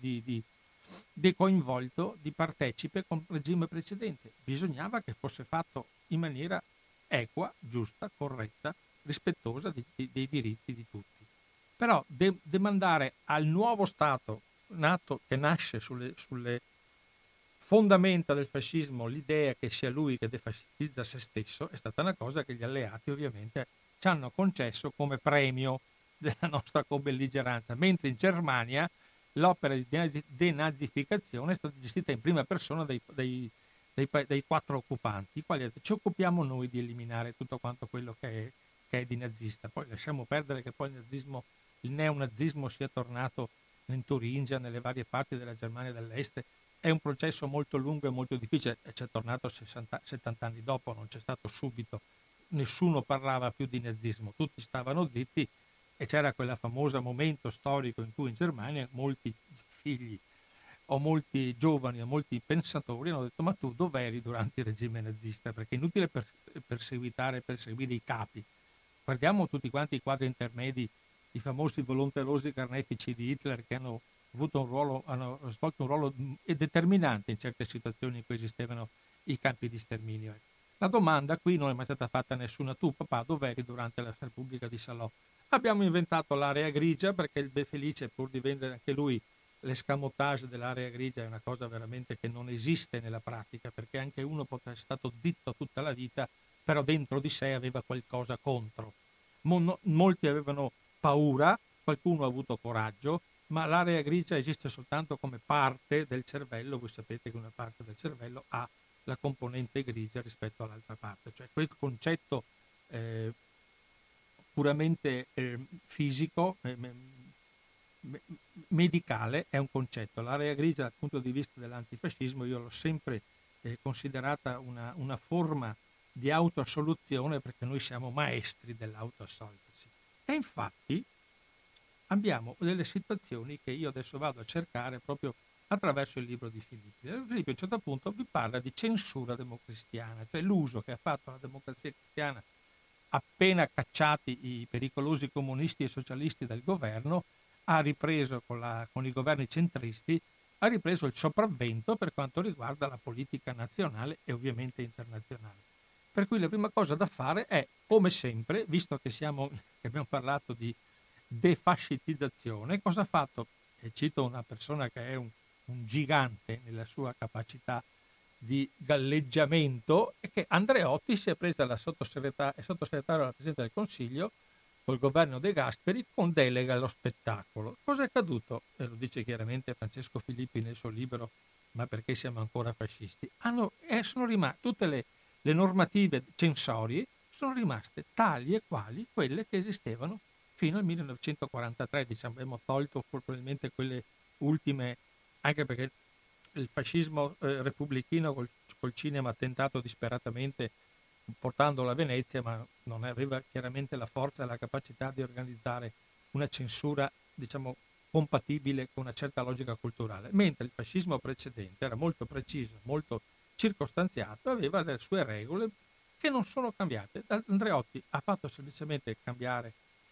di coinvolto, di partecipe con il regime precedente. Bisognava che fosse fatto in maniera equa, giusta, corretta, rispettosa dei diritti di tutti. Però demandare al nuovo Stato nato, che nasce sulle fondamenta del fascismo, l'idea che sia lui che defascistizza se stesso, è stata una cosa che gli alleati ovviamente ci hanno concesso come premio della nostra co-belligeranza, mentre in Germania l'opera di denazificazione è stata gestita in prima persona dai quattro occupanti, i quali hanno detto, ci occupiamo noi di eliminare tutto quanto quello che è di nazista. Poi lasciamo perdere che poi il neonazismo sia tornato in Turingia, nelle varie parti della Germania dell'Est. È un processo molto lungo e molto difficile, e c'è tornato 70 anni dopo, non c'è stato subito. Nessuno parlava più di nazismo, tutti stavano zitti, e c'era quel famoso momento storico in cui in Germania molti figli o molti giovani o molti pensatori hanno detto: ma tu dov'eri durante il regime nazista? Perché è inutile perseguire i capi. Guardiamo tutti quanti i quadri intermedi, i famosi volonterosi carnefici di Hitler, che hanno svolto un ruolo determinante in certe situazioni in cui esistevano i campi di sterminio. La domanda qui non è mai stata fatta a nessuna: tu papà dov'eri durante la Repubblica di Salò? Abbiamo inventato l'area grigia, perché il De Felice, pur di vendere anche lui l'escamotage dell'area grigia, è una cosa veramente che non esiste nella pratica, perché anche uno potrebbe essere stato zitto tutta la vita, però dentro di sé aveva qualcosa contro. Molti avevano paura, qualcuno ha avuto coraggio, ma l'area grigia esiste soltanto come parte del cervello. Voi sapete che una parte del cervello ha la componente grigia rispetto all'altra parte, cioè quel concetto puramente fisico, medicale, è un concetto. L'area grigia dal punto di vista dell'antifascismo io l'ho sempre considerata una forma di autoassoluzione, perché noi siamo maestri dell'autoassolversi. E infatti abbiamo delle situazioni che io adesso vado a cercare proprio attraverso il libro di Filippi. Filippi a un certo punto vi parla di censura democristiana, cioè l'uso che ha fatto la democrazia cristiana appena cacciati i pericolosi comunisti e socialisti dal governo. Ha ripreso con i governi centristi, ha ripreso il sopravvento per quanto riguarda la politica nazionale e ovviamente internazionale. Per cui la prima cosa da fare è, come sempre, visto che abbiamo parlato di defascitizzazione, cosa ha fatto? E cito una persona che è un gigante nella sua capacità di galleggiamento, e che Andreotti si è presa la sottosegretario alla Presidente del Consiglio col governo De Gasperi con delega allo spettacolo. Cosa è accaduto? E lo dice chiaramente Francesco Filippi nel suo libro Ma perché siamo ancora fascisti? Sono rimaste tutte le normative censorie, sono rimaste tali e quali quelle che esistevano fino al 1943, diciamo. Abbiamo tolto probabilmente quelle ultime, anche perché il fascismo repubblichino col cinema ha tentato disperatamente, portandolo a Venezia, ma non aveva chiaramente la forza e la capacità di organizzare una censura, diciamo, compatibile con una certa logica culturale, mentre il fascismo precedente era molto preciso, molto circostanziato, aveva le sue regole che non sono cambiate. Andreotti ha fatto semplicemente cambiare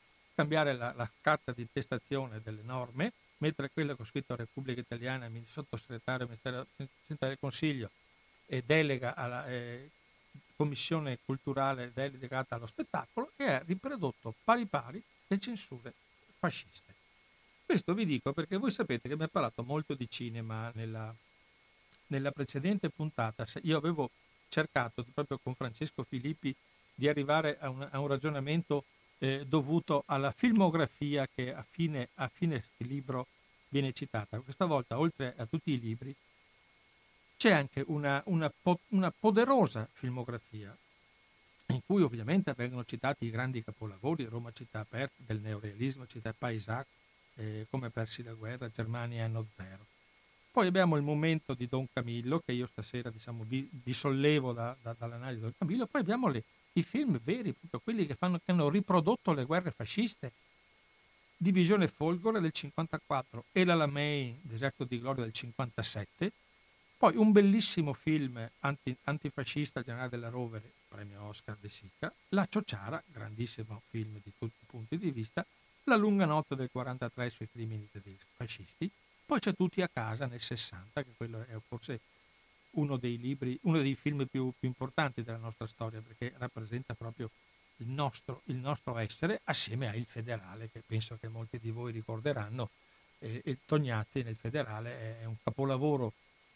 la carta di intestazione delle norme, mentre quello che ho scritto a Repubblica Italiana, sottosegretario Ministero del Consiglio, e delega alla commissione culturale delegata allo spettacolo, e ha riprodotto pari pari le censure fasciste. Questo vi dico perché voi sapete che abbiamo parlato molto di cinema nella precedente puntata. Io avevo cercato proprio con Francesco Filippi di arrivare a un ragionamento dovuto alla filmografia che a fine libro viene citata. Questa volta, oltre a tutti i libri, c'è anche una poderosa filmografia in cui ovviamente vengono citati i grandi capolavori: Roma città aperta del neorealismo, città Paisac, Come persi la guerra, Germania anno zero. Poi abbiamo il momento di Don Camillo, che io stasera, diciamo, vi sollevo dall'analisi di Don Camillo. Poi abbiamo i film veri, proprio quelli che hanno riprodotto le guerre fasciste. Divisione Folgore del 54 e la Lamei, Deserto di gloria del 57. Poi un bellissimo film antifascista, Il generale della Rovere, premio Oscar De Sica. La Ciociara, grandissimo film di tutti i punti di vista. La lunga notte del 43 sui crimini dei fascisti. Poi c'è Tutti a casa nel 60, che quello è forse uno dei film più importanti della nostra storia, perché rappresenta proprio il nostro essere, assieme a Il Federale, che penso che molti di voi ricorderanno. E Tognazzi nel Federale è un capolavoro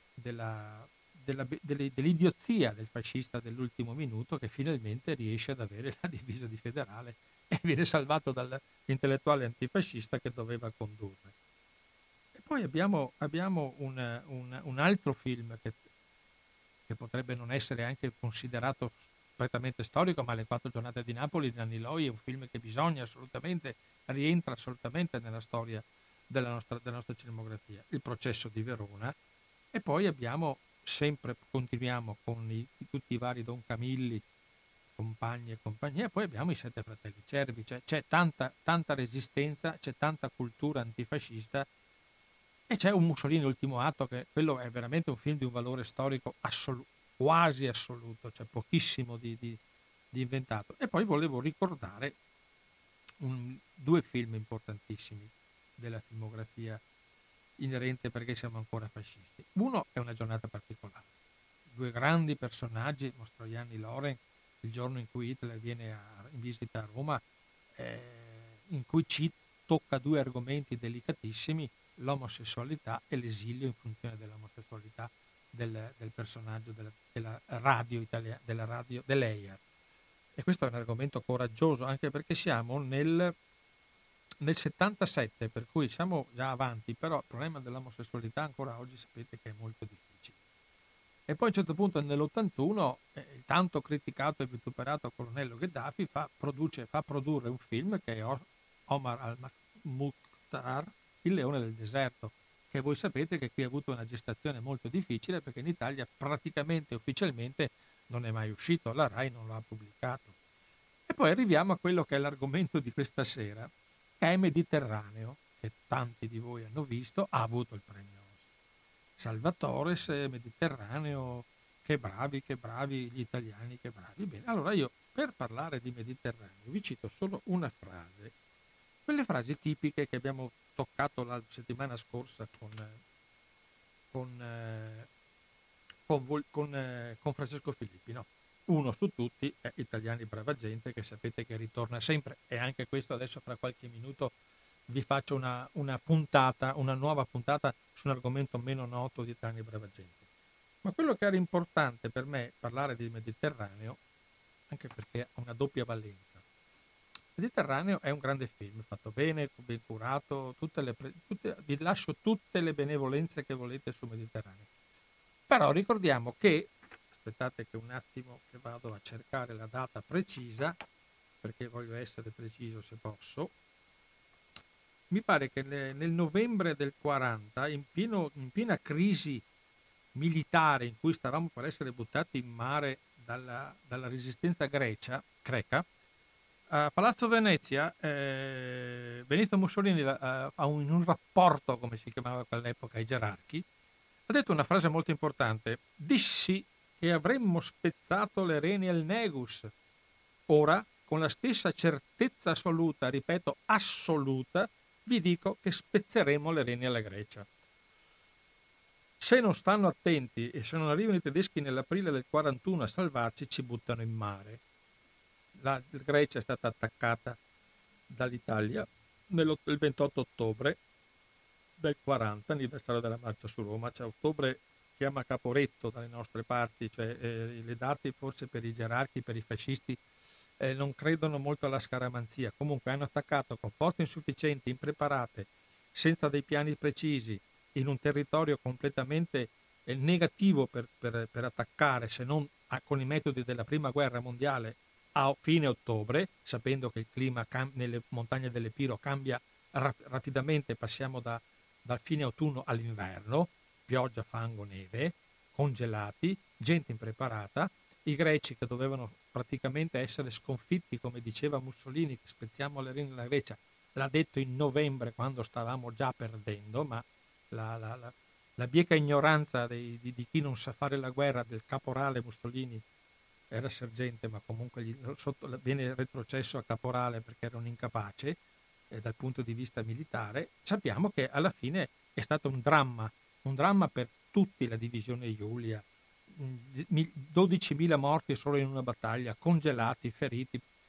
dell'idiozia del fascista dell'ultimo minuto, che finalmente riesce ad avere la divisa di Federale e viene salvato dall'intellettuale antifascista che doveva condurre. E poi abbiamo un altro film che potrebbe non essere anche considerato prettamente storico, ma Le quattro giornate di Napoli di Nanni Loi è un film che rientra assolutamente nella storia della nostra cinematografia. Il processo di Verona. E poi continuiamo con tutti i vari Don Camilli, Compagni e compagnia, e poi abbiamo i Sette Fratelli Cervi, cioè c'è tanta resistenza, c'è tanta cultura antifascista, e c'è un Mussolini Ultimo Atto, che quello è veramente un film di un valore storico quasi assoluto, cioè pochissimo di inventato. E poi volevo ricordare due film importantissimi della filmografia inerente perché siamo ancora fascisti. Uno è Una giornata particolare. Due grandi personaggi, Mastroianni Loren, il giorno in cui Hitler viene in visita a Roma, in cui ci tocca due argomenti delicatissimi, l'omosessualità e l'esilio in funzione dell'omosessualità del personaggio della radio italiana, della radio dell'EIAR. E questo è un argomento coraggioso, anche perché siamo nel 77, per cui siamo già avanti, però il problema dell'omosessualità ancora oggi sapete che è molto difficile. E poi a un certo punto nell'81 il tanto criticato e vituperato colonnello Gheddafi fa produrre un film che è Omar al-Mukhtar, Il leone del deserto, che voi sapete che qui ha avuto una gestazione molto difficile perché in Italia praticamente ufficialmente non è mai uscito, la RAI non lo ha pubblicato. E poi arriviamo a quello che è l'argomento di questa sera, che è Mediterraneo, che tanti di voi hanno visto, ha avuto il premio Salvatore, Mediterraneo, che bravi gli italiani, che bravi. Bene, allora io per parlare di Mediterraneo vi cito solo una frase, quelle frasi tipiche che abbiamo toccato la settimana scorsa con Francesco Filippi, no? Uno su tutti è Italiani brava gente, che sapete che ritorna sempre, e anche questo adesso fra qualche minuto vi faccio una nuova puntata su un argomento meno noto di Italiani brava gente. Ma quello che era importante per me parlare di Mediterraneo, anche perché ha una doppia valenza. Mediterraneo è un grande film, fatto bene, ben curato, vi lascio tutte le benevolenze che volete su Mediterraneo. Però ricordiamo che, aspettate che un attimo che vado a cercare la data precisa, perché voglio essere preciso se posso, mi pare che nel novembre del 40, in piena crisi militare in cui stavamo per essere buttati in mare dalla resistenza greca, a Palazzo Venezia Benito Mussolini in un rapporto, come si chiamava a quell'epoca, ai gerarchi, ha detto una frase molto importante: dissi che avremmo spezzato le reni al Negus. Ora, con la stessa certezza assoluta, ripeto assoluta, vi dico che spezzeremo le reni alla Grecia. Se non stanno attenti e se non arrivano i tedeschi nell'aprile del 41 a salvarci, ci buttano in mare. La Grecia è stata attaccata dall'Italia il 28 ottobre del 40, anniversario della marcia su Roma. Cioè ottobre chiama Caporetto dalle nostre parti, cioè le date forse per i gerarchi, per i fascisti non credono molto alla scaramanzia. Comunque hanno attaccato con forze insufficienti, impreparate, senza dei piani precisi, in un territorio completamente negativo per attaccare, se non con i metodi della prima guerra mondiale, a fine ottobre, sapendo che il clima nelle montagne dell'Epiro cambia rapidamente, passiamo dal fine autunno all'inverno, pioggia, fango, neve, congelati, gente impreparata, i greci che dovevano praticamente essere sconfitti, come diceva Mussolini, che spezziamo le reni della Grecia, l'ha detto in novembre quando stavamo già perdendo, ma la bieca ignoranza di chi non sa fare la guerra, del caporale Mussolini, era sergente ma comunque viene retrocesso a caporale perché era un incapace dal punto di vista militare. Sappiamo che alla fine è stato un dramma per tutti, la divisione Giulia, 12.000 morti solo in una battaglia, congelati, feriti,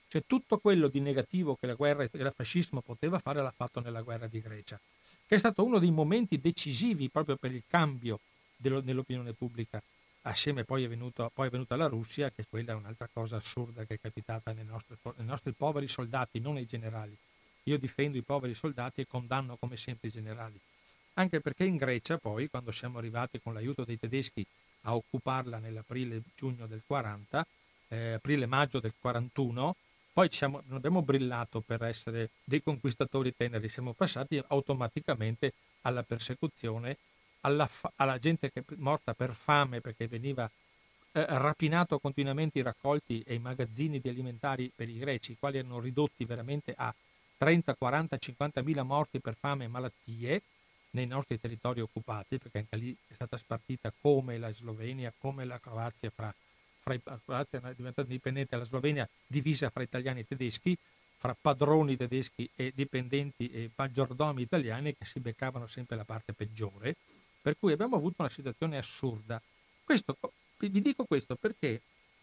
Cioè tutto quello di negativo che la guerra e il fascismo poteva fare l'ha fatto nella guerra di Grecia, che è stato uno dei momenti decisivi proprio per il cambio nell'opinione pubblica. Assieme poi è venuta la Russia, che quella è un'altra cosa assurda che è capitata nei nostri poveri soldati, non ai generali. Io difendo i poveri soldati e condanno come sempre i generali. Anche perché in Grecia poi, quando siamo arrivati con l'aiuto dei tedeschi a occuparla nell'aprile-giugno del 40, aprile-maggio del 41, poi non abbiamo brillato per essere dei conquistatori teneri, siamo passati automaticamente alla persecuzione, alla gente che è morta per fame perché veniva rapinato continuamente i raccolti e i magazzini di alimentari per i greci, i quali erano ridotti veramente a 30, 40, 50 mila morti per fame e malattie nei nostri territori occupati, perché anche lì è stata spartita come la Slovenia, come la Croazia la Croazia è diventata indipendente, la Slovenia divisa fra italiani e tedeschi, fra padroni tedeschi e dipendenti e maggiordomi italiani che si beccavano sempre la parte peggiore, per cui abbiamo avuto una situazione assurda. Vi dico questo perché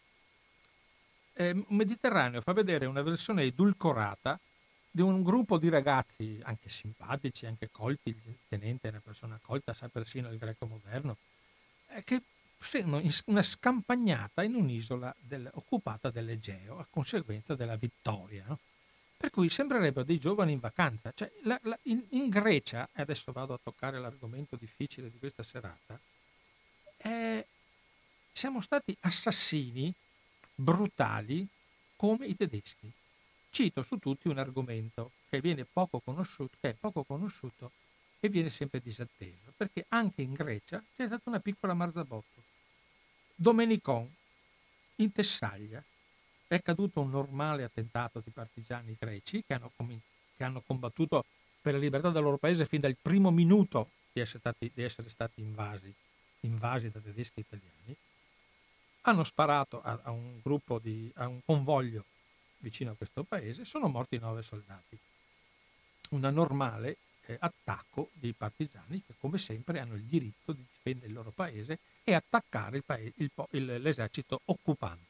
Mediterraneo fa vedere una versione edulcorata di un gruppo di ragazzi anche simpatici, anche colti. Il tenente è una persona colta, sa persino il greco moderno, che sono una scampagnata in un'isola occupata dell'Egeo a conseguenza della vittoria, no? Per cui sembrerebbero dei giovani in vacanza. Cioè, in Grecia, e adesso vado a toccare l'argomento difficile di questa serata, siamo stati assassini brutali come i tedeschi. Cito su tutti un argomento che è poco conosciuto e viene sempre disatteso, perché anche in Grecia c'è stata una piccola Marzabotto. Domenicon, in Tessaglia, è caduto un normale attentato di partigiani greci che hanno combattuto per la libertà del loro paese fin dal primo minuto di essere stati invasi da tedeschi italiani. Hanno sparato a un convoglio vicino a questo paese, sono morti 9 soldati. Una normale attacco dei partigiani che come sempre hanno il diritto di difendere il loro paese e attaccare l'esercito occupante.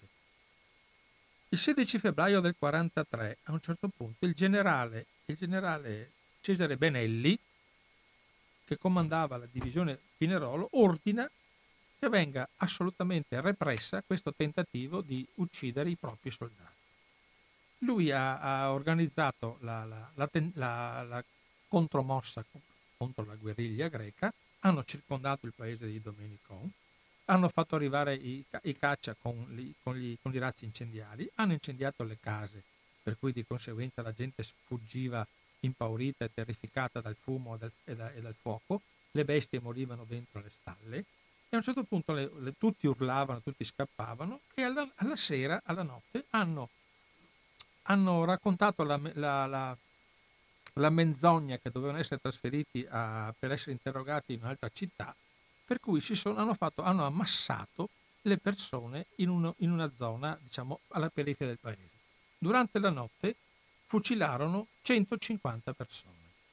Il 16 febbraio del 43, a un certo punto, il generale Cesare Benelli, che comandava la divisione Pinerolo, ordina che venga assolutamente repressa questo tentativo di uccidere i propri soldati. Lui ha organizzato la contromossa contro la guerriglia greca, hanno circondato il paese di Domenicon, hanno fatto arrivare i caccia con i razzi incendiari, hanno incendiato le case, per cui di conseguenza la gente sfuggiva impaurita e terrificata dal fumo e dal fuoco, le bestie morivano dentro le stalle e a un certo punto tutti urlavano, tutti scappavano e alla sera, alla notte, hanno raccontato la menzogna che dovevano essere trasferiti per essere interrogati in un'altra città, per cui hanno ammassato le persone in una zona, diciamo, alla periferia del paese. Durante la notte fucilarono 150 persone,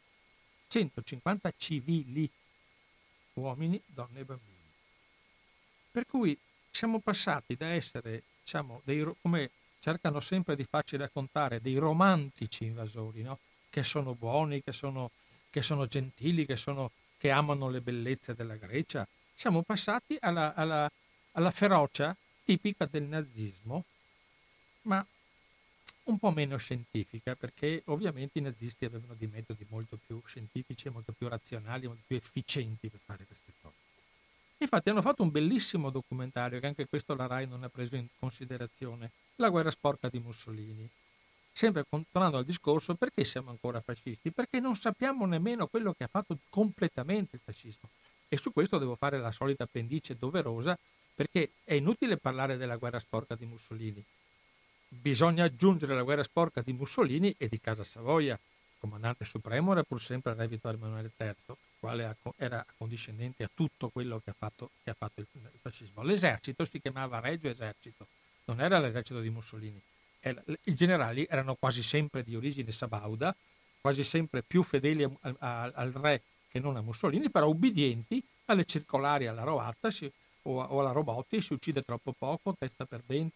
150 civili, uomini, donne e bambini. Per cui siamo passati da essere, diciamo, come cercano sempre di farci raccontare, dei romantici invasori, no? Che sono buoni, che sono gentili, che amano le bellezze della Grecia. Siamo passati alla ferocia tipica del nazismo, ma un po' meno scientifica, perché ovviamente i nazisti avevano dei metodi molto più scientifici, molto più razionali, molto più efficienti per fare queste cose. Infatti hanno fatto un bellissimo documentario, che anche questo la RAI non ha preso in considerazione, La guerra sporca di Mussolini. Sempre tornando al discorso, perché siamo ancora fascisti? Perché non sappiamo nemmeno quello che ha fatto completamente il fascismo. E su questo devo fare la solita appendice doverosa, perché è inutile parlare della guerra sporca di Mussolini. Bisogna aggiungere la guerra sporca di Mussolini e di Casa Savoia. Il comandante supremo era pur sempre Re Vittorio Emanuele III, quale era accondiscendente a tutto quello che ha fatto il fascismo. L'esercito si chiamava Regio Esercito, non era l'esercito di Mussolini. I generali erano quasi sempre di origine sabauda, quasi sempre più fedeli al re che non a Mussolini, però ubbidienti alle circolari alla Roatta o alla Robotti, si uccide troppo poco, testa perdente,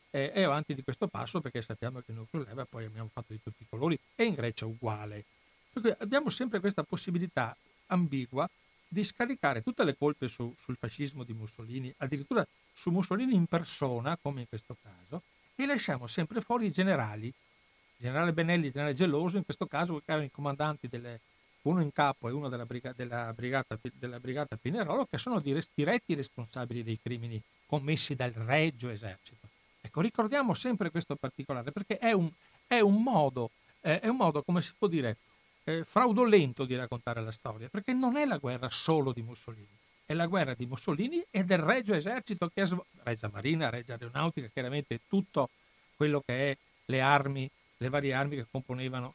è avanti di questo passo, perché sappiamo che in Jugoslavia poi abbiamo fatto di tutti i colori, e in Grecia uguale. Perché abbiamo sempre questa possibilità ambigua di scaricare tutte le colpe sul fascismo di Mussolini, addirittura su Mussolini in persona, come in questo caso, e lasciamo sempre fuori i generali, generale Benelli, generale Geloso, in questo caso che erano i comandanti uno in capo e uno della brigata Pinerolo, che sono diretti responsabili dei crimini commessi dal Regio Esercito. Ecco, ricordiamo sempre questo particolare, perché è un modo, come si può dire, fraudolento di raccontare la storia, perché non è la guerra solo di Mussolini, è la guerra di Mussolini e del Regio Esercito, Regia Marina, Regia Aeronautica, chiaramente tutto quello che è le varie armi che componevano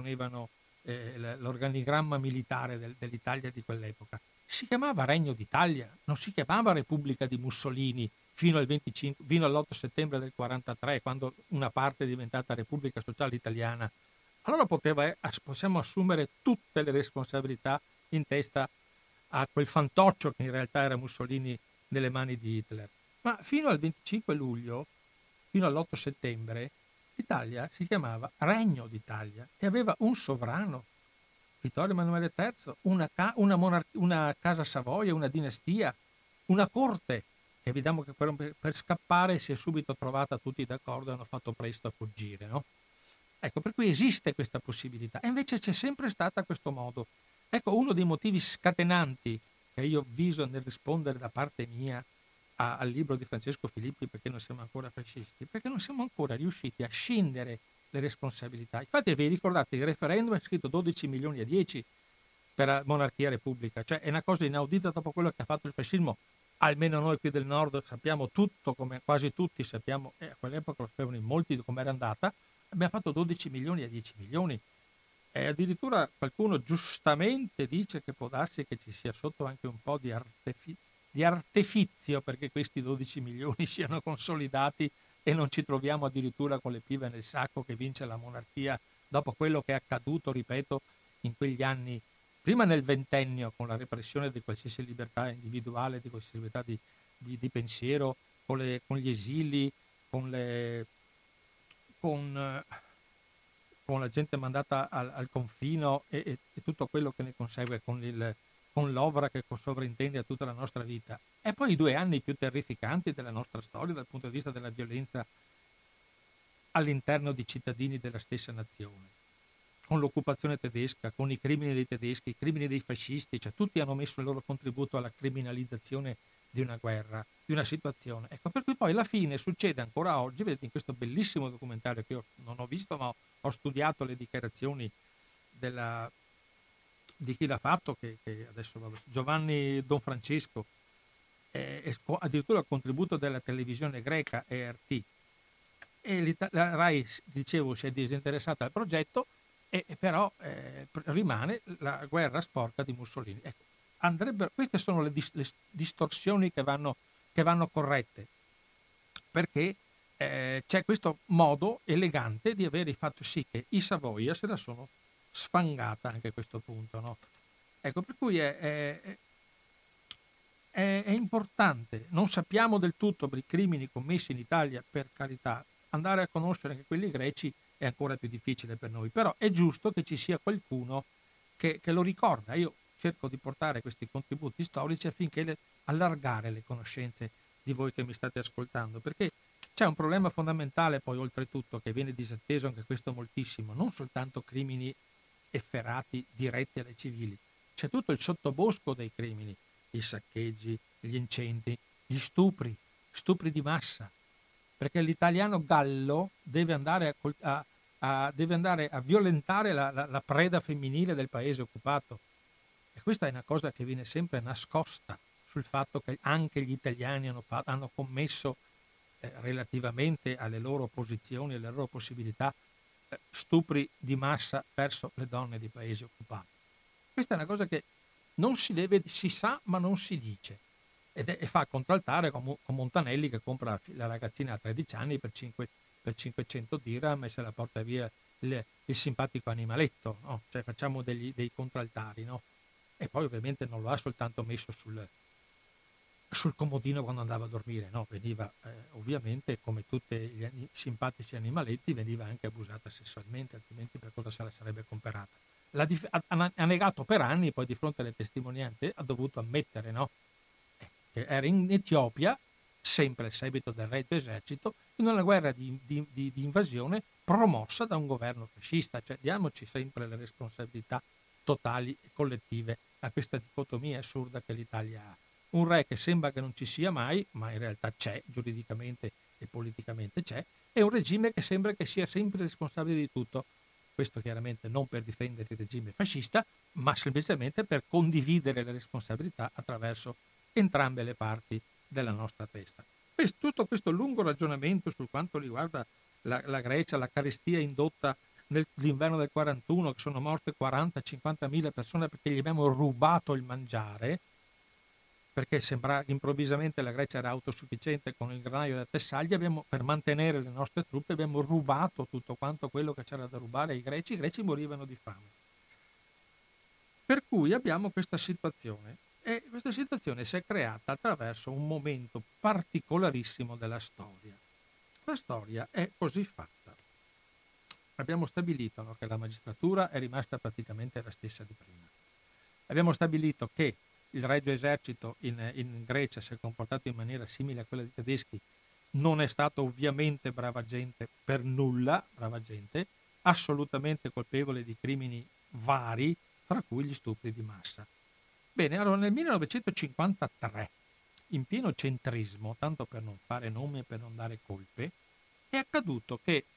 l'organigramma militare dell'Italia di quell'epoca. Si chiamava Regno d'Italia, non si chiamava Repubblica di Mussolini fino all'8 settembre del 43, quando una parte è diventata Repubblica Sociale Italiana. Allora possiamo assumere tutte le responsabilità in testa a quel fantoccio che in realtà era Mussolini nelle mani di Hitler. Ma fino al 25 luglio, fino all'8 settembre, l'Italia si chiamava Regno d'Italia e aveva un sovrano, Vittorio Emanuele III, una casa Savoia, una dinastia, una corte, che vediamo che per scappare si è subito trovata tutti d'accordo e hanno fatto presto a fuggire, no? Ecco, per cui esiste questa possibilità e invece c'è sempre stata questo modo. Ecco, uno dei motivi scatenanti che io ho visto nel rispondere da parte mia al libro di Francesco Filippi, perché non siamo ancora fascisti, perché non siamo ancora riusciti a scindere le responsabilità. Infatti vi ricordate, il referendum è scritto 12 milioni a 10 per la monarchia repubblica, cioè è una cosa inaudita dopo quello che ha fatto il fascismo. Almeno noi qui del nord sappiamo tutto, come quasi tutti sappiamo, e a quell'epoca lo sapevano in molti come era andata. Abbiamo fatto 12 milioni a 10 milioni e addirittura qualcuno giustamente dice che può darsi che ci sia sotto anche un po' di artefizio perché questi 12 milioni siano consolidati e non ci troviamo addirittura con le pive nel sacco che vince la monarchia dopo quello che è accaduto, ripeto, in quegli anni, prima nel ventennio con la repressione di qualsiasi libertà individuale, di qualsiasi libertà di pensiero, con gli esili, con la gente mandata al confino e tutto quello che ne consegue, con l'ovra che sovrintende a tutta la nostra vita. E poi i 2 anni più terrificanti della nostra storia dal punto di vista della violenza all'interno di cittadini della stessa nazione, con l'occupazione tedesca, con i crimini dei tedeschi, i crimini dei fascisti, cioè tutti hanno messo il loro contributo alla criminalizzazione di una guerra, di una situazione. Ecco, per cui poi alla fine succede ancora oggi, vedete in questo bellissimo documentario che io non ho visto, ma ho studiato le dichiarazioni di chi l'ha fatto, che adesso Giovanni Don Francesco, addirittura il contributo della televisione greca ERT, e la RAI, dicevo, si è disinteressata al progetto, e però rimane la guerra sporca di Mussolini. Ecco, queste sono le distorsioni che vanno corrette, perché c'è questo modo elegante di avere fatto sì che i Savoia se la sono sfangata anche a questo punto, no? Ecco, per cui è importante, non sappiamo del tutto per i crimini commessi in Italia, per carità, andare a conoscere anche quelli greci è ancora più difficile per noi, però è giusto che ci sia qualcuno che lo ricorda. Io cerco di portare questi contributi storici affinché allargare le conoscenze di voi che mi state ascoltando, perché c'è un problema fondamentale poi oltretutto che viene disatteso anche questo moltissimo, non soltanto crimini efferati diretti alle civili, c'è tutto il sottobosco dei crimini, i saccheggi, gli incendi, gli stupri di massa, perché l'italiano gallo deve andare a violentare la preda femminile del paese occupato. E questa è una cosa che viene sempre nascosta sul fatto che anche gli italiani hanno commesso, relativamente alle loro posizioni, alle loro possibilità, stupri di massa verso le donne di paesi occupati. Questa è una cosa che si sa ma non si dice. E fa contraltare con Montanelli che compra la ragazzina a 13 anni per 500 dirham e se la porta via il simpatico animaletto, no? Cioè facciamo dei contraltari, no? E poi ovviamente non lo ha soltanto messo sul comodino quando andava a dormire, no, veniva ovviamente, come tutti gli simpatici animaletti, veniva anche abusata sessualmente, altrimenti per cosa se la sarebbe comperata. Ha negato per anni, poi di fronte alle testimonianze ha dovuto ammettere, no, che era in Etiopia, sempre a seguito del Regio Esercito, in una guerra di invasione promossa da un governo fascista. Cioè, diamoci sempre le responsabilità totali e collettive a questa dicotomia assurda che l'Italia ha. Un re che sembra che non ci sia mai, ma in realtà c'è, giuridicamente e politicamente c'è, e un regime che sembra che sia sempre responsabile di tutto. Questo chiaramente non per difendere il regime fascista, ma semplicemente per condividere le responsabilità attraverso entrambe le parti della nostra testa. Tutto questo lungo ragionamento sul quanto riguarda la Grecia, la carestia indotta nell'inverno del 41, che sono morte 40-50 mila persone perché gli abbiamo rubato il mangiare, perché sembra improvvisamente la Grecia era autosufficiente con il granaio da Tessaglia, per mantenere le nostre truppe abbiamo rubato tutto quanto quello che c'era da rubare ai greci, i greci morivano di fame. Per cui abbiamo questa situazione, e questa situazione si è creata attraverso un momento particolarissimo della storia. La storia è così fatta. Abbiamo stabilito, no, che la magistratura è rimasta praticamente la stessa di prima. Abbiamo stabilito che il Regio Esercito in Grecia si è comportato in maniera simile a quella dei tedeschi, non è stato ovviamente brava gente per nulla, brava gente, assolutamente colpevole di crimini vari, tra cui gli stupri di massa. Bene, allora nel 1953, in pieno centrismo, tanto per non fare nomi e per non dare colpe, è accaduto che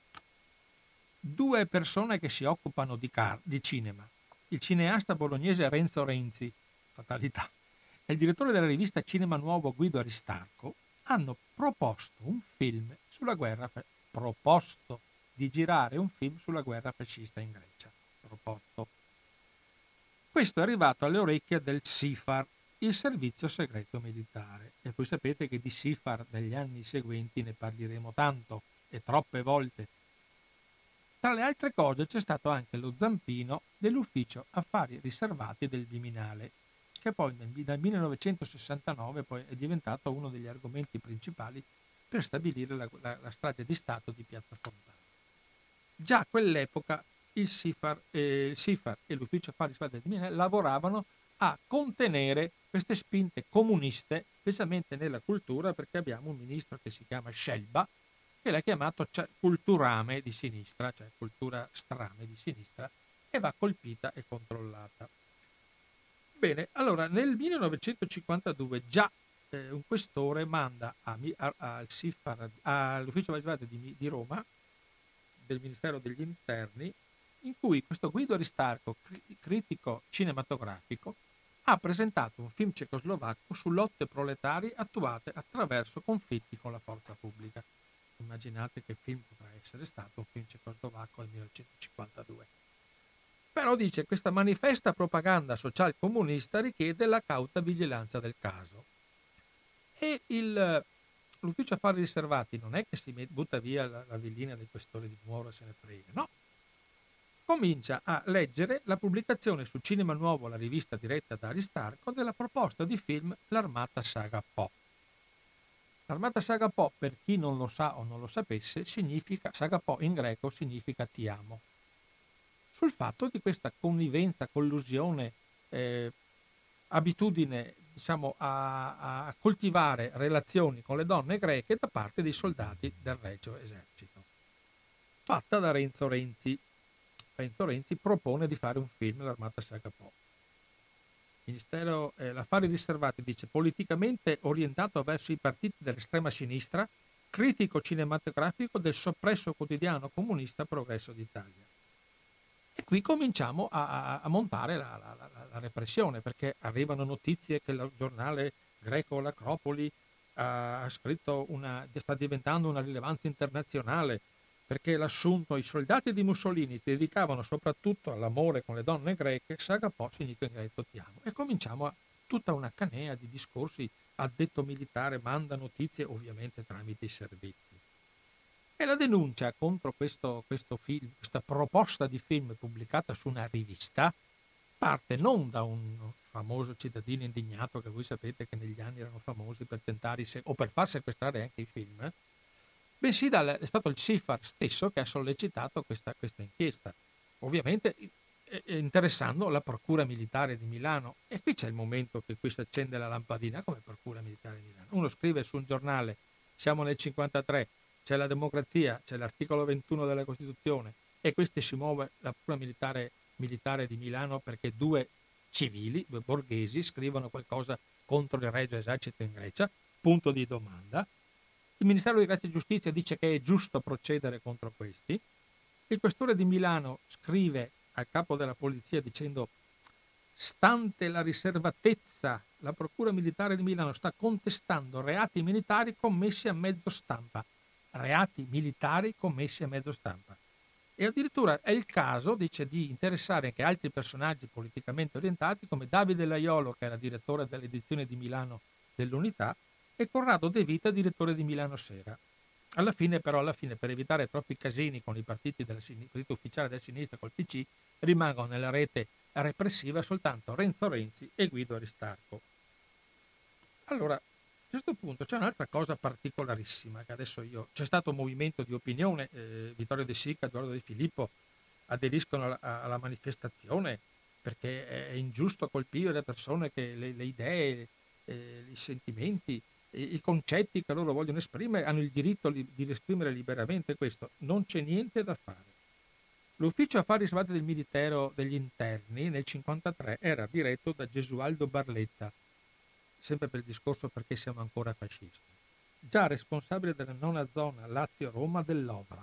due persone che si occupano di cinema, il cineasta bolognese Renzo Renzi, fatalità, e il direttore della rivista Cinema Nuovo Guido Aristarco, hanno proposto un film sulla guerra, proposto di girare un film sulla guerra fascista in Grecia. Proposto. Questo è arrivato alle orecchie del SIFAR, il servizio segreto militare. E voi sapete che di SIFAR negli anni seguenti ne parleremo tanto e troppe volte. Tra le altre cose c'è stato anche lo zampino dell'ufficio affari riservati del Viminale, che poi dal 1969 poi è diventato uno degli argomenti principali per stabilire la strage di Stato di Piazza Fontana. Già a quell'epoca il SIFAR e l'ufficio affari riservati del Viminale lavoravano a contenere queste spinte comuniste, specialmente nella cultura, perché abbiamo un ministro che si chiama Scelba, che l'ha chiamato culturame di sinistra, cioè cultura strame di sinistra, e va colpita e controllata. Bene, allora nel 1952 già un questore manda al SIFAR, all'ufficio magistrale di Roma, del Ministero degli Interni, in cui questo Guido Aristarco, critico cinematografico, ha presentato un film cecoslovacco su lotte proletarie attuate attraverso conflitti con la forza pubblica. Immaginate che film potrà essere stato un film cecoslovacco nel 1952. Però dice questa manifesta propaganda social comunista richiede la cauta vigilanza del caso. E l'ufficio affari riservati non è che si butta via la villina del questore di Nuoro e se ne frega, no. Comincia a leggere la pubblicazione su Cinema Nuovo, la rivista diretta da Aristarco, della proposta di film L'Armata Saga Po. L'Armata Saga Po, per chi non lo sa o non lo sapesse, significa, Saga Po in greco significa ti amo. Sul fatto di questa connivenza, collusione, abitudine, diciamo, a coltivare relazioni con le donne greche da parte dei soldati del Regio Esercito. Fatta da Renzo Renzi. Renzo Renzi propone di fare un film, L'Armata Saga Po. Ministero l'affari riservati dice politicamente orientato verso i partiti dell'estrema sinistra, critico cinematografico del soppresso quotidiano comunista Progresso d'Italia. E qui cominciamo a montare la repressione, perché arrivano notizie che il giornale greco L'Acropoli ha scritto sta diventando una rilevanza internazionale, perché l'assunto i soldati di Mussolini si dedicavano soprattutto all'amore con le donne greche, Saga Po significa in greco ti amo. E cominciamo tutta una canea di discorsi, addetto militare manda notizie ovviamente tramite i servizi. E la denuncia contro questo film, questa proposta di film pubblicata su una rivista, parte non da un famoso cittadino indignato, che voi sapete che negli anni erano famosi per tentare o per far sequestrare anche i film, bensì è stato il CIFAR stesso che ha sollecitato questa inchiesta, ovviamente interessando la Procura Militare di Milano. E qui c'è il momento che qui si accende la lampadina. Come Procura Militare di Milano? Uno scrive su un giornale, siamo nel 53, c'è la democrazia, c'è l'articolo 21 della Costituzione, e questi si muove la Procura Militare di Milano perché due civili, due borghesi, scrivono qualcosa contro il Regio Esercito in Grecia, punto di domanda. Il Ministero di Grazia e Giustizia dice che è giusto procedere contro questi. Il questore di Milano scrive al capo della polizia dicendo: stante la riservatezza, la Procura Militare di Milano sta contestando reati militari commessi a mezzo stampa. Reati militari commessi a mezzo stampa. E addirittura è il caso, dice, di interessare anche altri personaggi politicamente orientati come Davide Laiolo, che era direttore dell'edizione di Milano dell'Unità, e Corrado De Vita, direttore di Milano Sera. Alla fine, per evitare troppi casini con i partiti partito ufficiale della sinistra col PC, rimangono nella rete repressiva soltanto Renzo Renzi e Guido Aristarco. Allora, a questo punto c'è un'altra cosa particolarissima che adesso c'è stato un movimento di opinione, Vittorio De Sica, Edoardo De Filippo aderiscono alla manifestazione perché è ingiusto colpire le persone che le idee, i sentimenti, i concetti che loro vogliono esprimere, hanno il diritto di esprimere liberamente questo. Non c'è niente da fare. L'ufficio affari riservati del Ministero degli Interni nel 1953 era diretto da Gesualdo Barletta, sempre per il discorso perché siamo ancora fascisti, già responsabile della nona zona Lazio-Roma dell'Obra.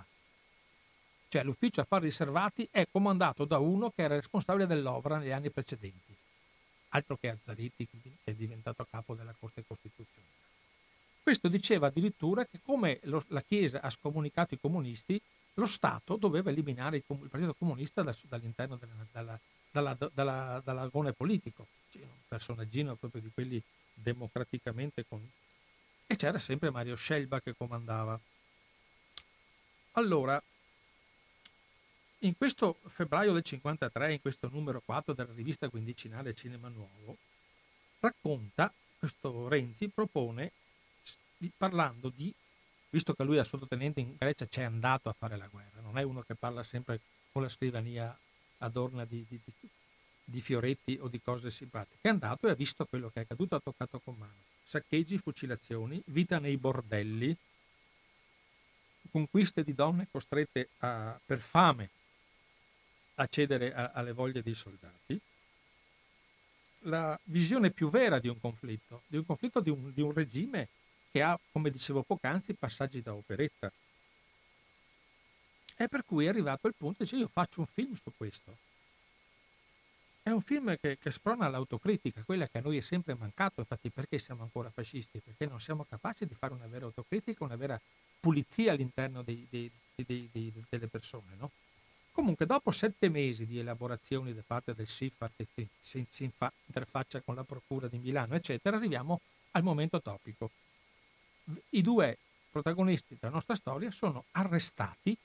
Cioè l'ufficio affari riservati è comandato da uno che era responsabile dell'Obra negli anni precedenti, altro che Azzariti, che è diventato capo della Corte Costituzionale. Questo diceva addirittura che come la Chiesa ha scomunicato i comunisti, lo Stato doveva eliminare il Partito Comunista dall'interno dall'agone politico. Cioè, un personaggino proprio di quelli democraticamente e c'era sempre Mario Scelba che comandava. Allora, in questo febbraio del 53, in questo numero 4 della rivista quindicinale Cinema Nuovo, racconta, questo Renzi propone, parlando di, visto che lui è sottotenente in Grecia, c'è andato a fare la guerra, non è uno che parla sempre con la scrivania adorna di fioretti o di cose simpatiche, è andato e ha visto quello che è accaduto, ha toccato con mano: saccheggi, fucilazioni, vita nei bordelli, conquiste di donne costrette per fame a cedere alle voglie dei soldati, la visione più vera di un conflitto di un regime che ha, come dicevo poc'anzi, passaggi da operetta. E per cui è arrivato il punto, dice: io faccio un film su questo. È un film che sprona l'autocritica, quella che a noi è sempre mancato. Infatti, perché siamo ancora fascisti? Perché non siamo capaci di fare una vera autocritica, una vera pulizia all'interno delle persone, no? Comunque, dopo 7 mesi di elaborazioni da parte del CIFAR che si interfaccia con la Procura di Milano, eccetera, arriviamo al momento topico. I due protagonisti della nostra storia sono arrestati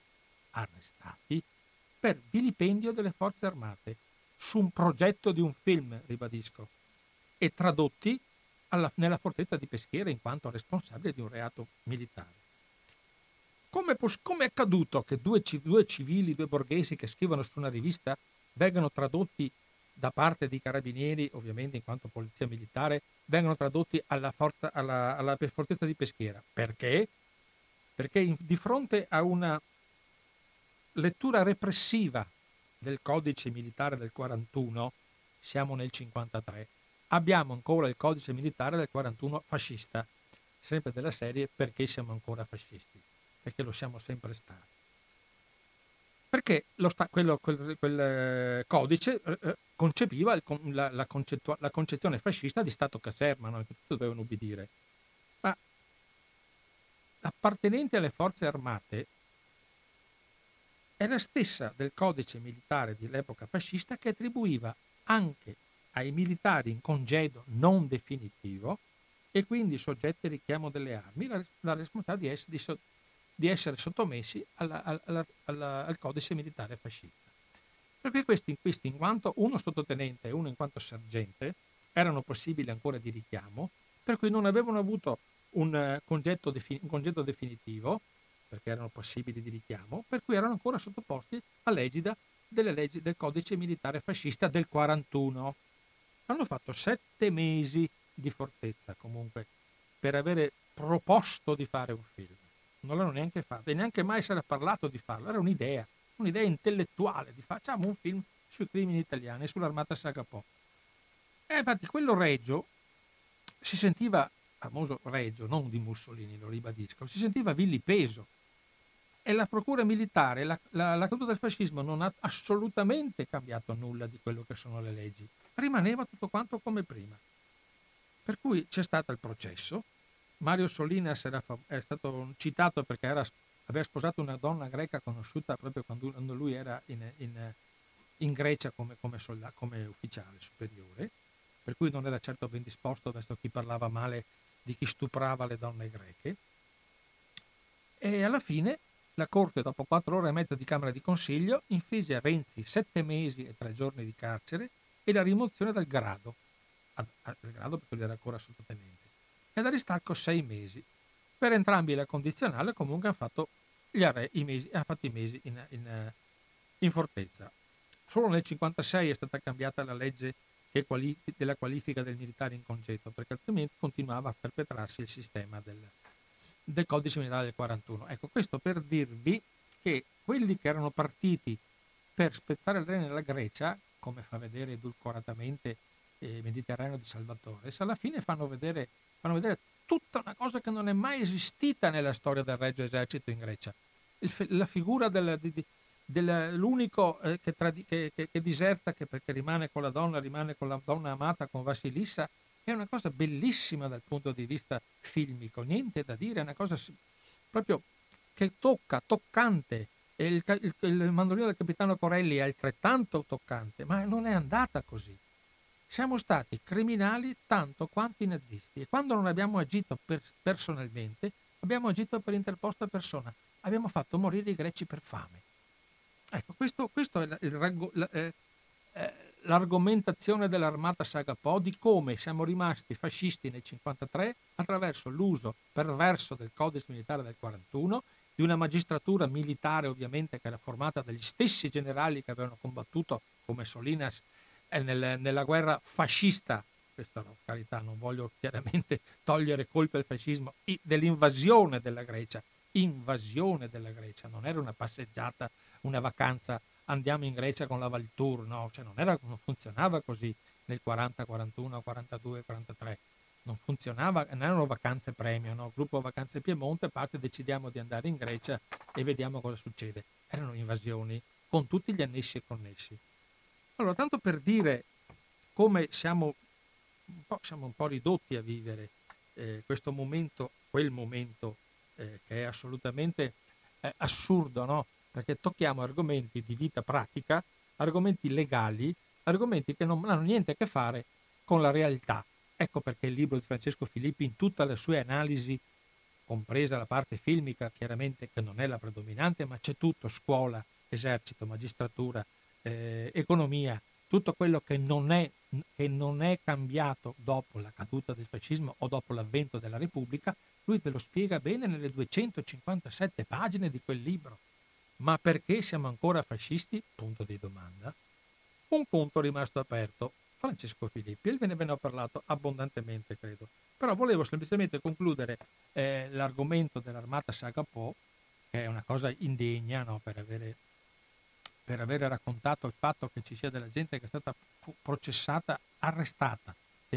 per vilipendio delle forze armate su un progetto di un film, ribadisco, e tradotti nella fortezza di Peschiera in quanto responsabili di un reato militare. Come è accaduto che due civili, due borghesi che scrivono su una rivista vengano tradotti da parte dei carabinieri, ovviamente in quanto polizia militare, vengono tradotti alla fortezza di Peschiera? Perché? Perché di fronte a una lettura repressiva del codice militare del 41, siamo nel 53, abbiamo ancora il codice militare del 41 fascista, sempre della serie perché siamo ancora fascisti, perché lo siamo sempre stati. Perché quel codice concepiva la concezione fascista di Stato caserma, no? Che tutti dovevano ubbidire. Ma appartenente alle forze armate è la stessa del codice militare dell'epoca fascista che attribuiva anche ai militari in congedo non definitivo e quindi soggetti al richiamo delle armi la responsabilità di essere sottomessi al codice militare fascista. Perché questi in quanto uno sottotenente e uno in quanto sergente erano possibili ancora di richiamo, per cui non avevano avuto un congetto definitivo, perché erano possibili di richiamo, per cui erano ancora sottoposti all'egida delle leggi del codice militare fascista del 41. Hanno fatto 7 mesi di fortezza comunque per avere proposto di fare un film. Non l'hanno neanche fatto e neanche mai si era parlato di farlo, era un'idea intellettuale di facciamo un film sui crimini italiani, sull'armata Sagapò. E infatti quello Regio si sentiva, famoso Regio, non di Mussolini, lo ribadisco, si sentiva vilipeso. E la procura militare, la caduta del fascismo non ha assolutamente cambiato nulla di quello che sono le leggi. Rimaneva tutto quanto come prima. Per cui c'è stato il processo. Mario Solinas è stato citato perché aveva sposato una donna greca conosciuta proprio quando lui era in Grecia come ufficiale superiore, per cui non era certo ben disposto verso chi parlava male di chi stuprava le donne greche. E alla fine la Corte, dopo 4 ore e mezza di Camera di Consiglio, inflige a Renzi 7 mesi e 3 giorni di carcere e la rimozione dal grado, perché lui era ancora sottotenente, e ad Aristarco 6 mesi. Per entrambi la condizionale comunque hanno fatto i mesi in fortezza. Solo nel 1956 è stata cambiata la legge della qualifica del militare in congetto, perché altrimenti continuava a perpetrarsi il sistema del codice militare del 41. Ecco, questo per dirvi che quelli che erano partiti per spezzare le reni nella Grecia, come fa vedere edulcoratamente Mediterraneo di Salvatore, alla fine fanno vedere tutta una cosa che non è mai esistita nella storia del Regio Esercito in Grecia. La figura dell'unico che diserta, che perché rimane con la donna amata, con Vasilissa, è una cosa bellissima dal punto di vista filmico, niente da dire, è una cosa proprio che toccante. E il mandolino del capitano Corelli è altrettanto toccante, ma non è andata così. Siamo stati criminali tanto quanto i nazisti e quando non abbiamo agito personalmente, abbiamo agito per interposta persona. Abbiamo fatto morire i greci per fame. Ecco, questo è l'argomentazione dell'armata Sagapò di come siamo rimasti fascisti nel 1953 attraverso l'uso perverso del codice militare del 41, di una magistratura militare ovviamente che era formata dagli stessi generali che avevano combattuto come Solinas nella guerra fascista. Questa no, carità, non voglio chiaramente togliere colpe al fascismo, dell'invasione della Grecia, non era una passeggiata, una vacanza, andiamo in Grecia con la Valtour, no, cioè non funzionava così nel 40, 41, 42, 43, non funzionava, non erano vacanze premio, no, gruppo Vacanze Piemonte, parte, decidiamo di andare in Grecia e vediamo cosa succede. Erano invasioni con tutti gli annessi e connessi. Allora, tanto per dire come siamo un po' ridotti a vivere questo momento, quel momento che è assolutamente assurdo, no? Perché tocchiamo argomenti di vita pratica, argomenti legali, argomenti che non hanno niente a che fare con la realtà. Ecco perché il libro di Francesco Filippi, in tutte le sue analisi, compresa la parte filmica, chiaramente che non è la predominante, ma c'è tutto, scuola, esercito, magistratura, economia, tutto quello che non è cambiato dopo la caduta del fascismo o dopo l'avvento della Repubblica, lui te lo spiega bene nelle 257 pagine di quel libro. Ma perché siamo ancora fascisti? Punto di domanda. Un conto rimasto aperto. Francesco Filippi, e ve ne ho parlato abbondantemente, credo. Però volevo semplicemente concludere l'argomento dell'armata Sagapò, che è una cosa indegna, no? Per avere raccontato il fatto che ci sia della gente che è stata processata, arrestata,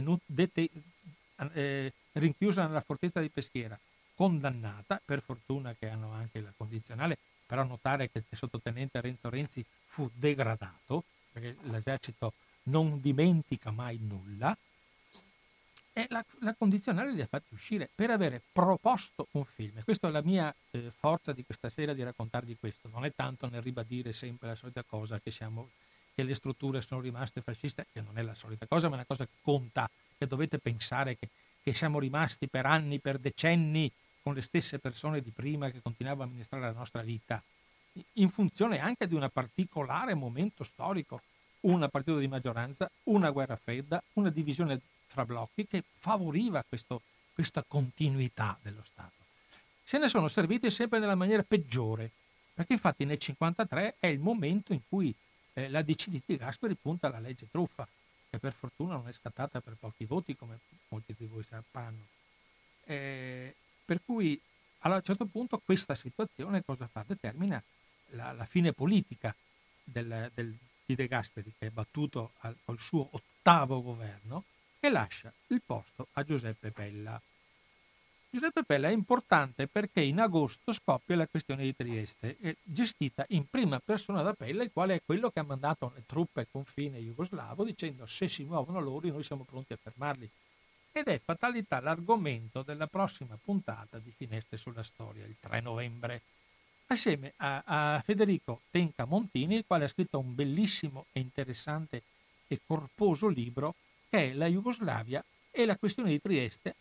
rinchiusa nella fortezza di Peschiera, condannata, per fortuna che hanno anche la condizionale, però notare che il sottotenente Renzo Renzi fu degradato, perché l'esercito non dimentica mai nulla, e la condizionale li ha fatti uscire per avere proposto un film. E questa è la mia forza di questa sera di raccontarvi questo. Non è tanto nel ribadire sempre la solita cosa che le strutture sono rimaste fasciste, che non è la solita cosa, ma è una cosa che conta, che dovete pensare che siamo rimasti per anni, per decenni, con le stesse persone di prima che continuavano a amministrare la nostra vita, in funzione anche di un particolare momento storico, un partito di maggioranza, una guerra fredda, una divisione fra blocchi che favoriva questa continuità dello Stato. Se ne sono serviti sempre nella maniera peggiore, perché infatti nel 1953 è il momento in cui la DC di De Gasperi punta alla legge truffa, che per fortuna non è scattata per pochi voti, come molti di voi sapranno. Per cui a un certo punto questa situazione cosa fa? Determina la fine politica di De Gasperi, che è battuto col suo 8º governo, e lascia il posto a Giuseppe Pella. Giuseppe Pella è importante perché in agosto scoppia la questione di Trieste, gestita in prima persona da Pella, il quale è quello che ha mandato le truppe al confine jugoslavo dicendo: se si muovono loro noi siamo pronti a fermarli. Ed è fatalità l'argomento della prossima puntata di Finestre sulla Storia, il 3 novembre, assieme a Federico Tenca Montini, il quale ha scritto un bellissimo e interessante e corposo libro che è La Jugoslavia e la questione di Trieste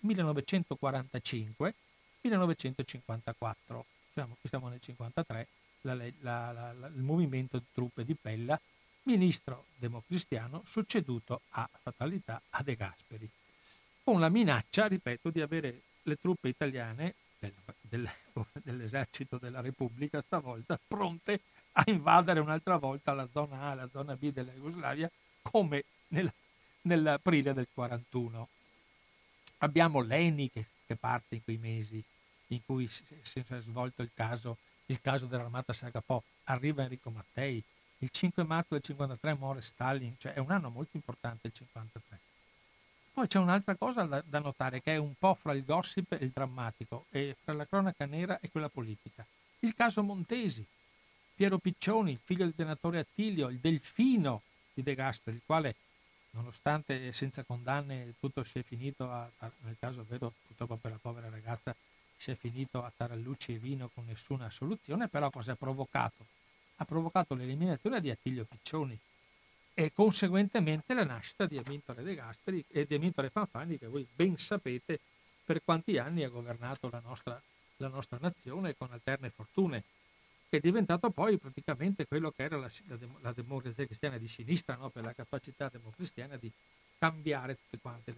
1945-1954. Siamo nel 53, il movimento di truppe di Pella, ministro democristiano, succeduto a fatalità a De Gasperi, con la minaccia, ripeto, di avere le truppe italiane dell'esercito della Repubblica stavolta pronte a invadere un'altra volta la zona A e la zona B della Jugoslavia, come nell'aprile del 41. Abbiamo l'ENI che parte in quei mesi in cui si è svolto il caso dell'armata Sagapò. Arriva Enrico Mattei, il 5 marzo del 53 muore Stalin, cioè è un anno molto importante il 53. Poi c'è un'altra cosa da notare, che è un po' fra il gossip e il drammatico, e fra la cronaca nera e quella politica. Il caso Montesi, Piero Piccioni, il figlio del senatore Attilio, il delfino di De Gasperi, il quale, nonostante senza condanne, tutto si è finito nel caso vero, purtroppo per la povera ragazza, si è finito a tarallucci e vino con nessuna soluzione, però cosa ha provocato? Ha provocato l'eliminazione di Attilio Piccioni e conseguentemente la nascita di Amintore De Gasperi e di Amintore Fanfani, che voi ben sapete per quanti anni ha governato la nostra nazione con alterne fortune, che è diventato poi praticamente quello che era la democrazia cristiana di sinistra, no? Per la capacità democristiana di cambiare tutte quante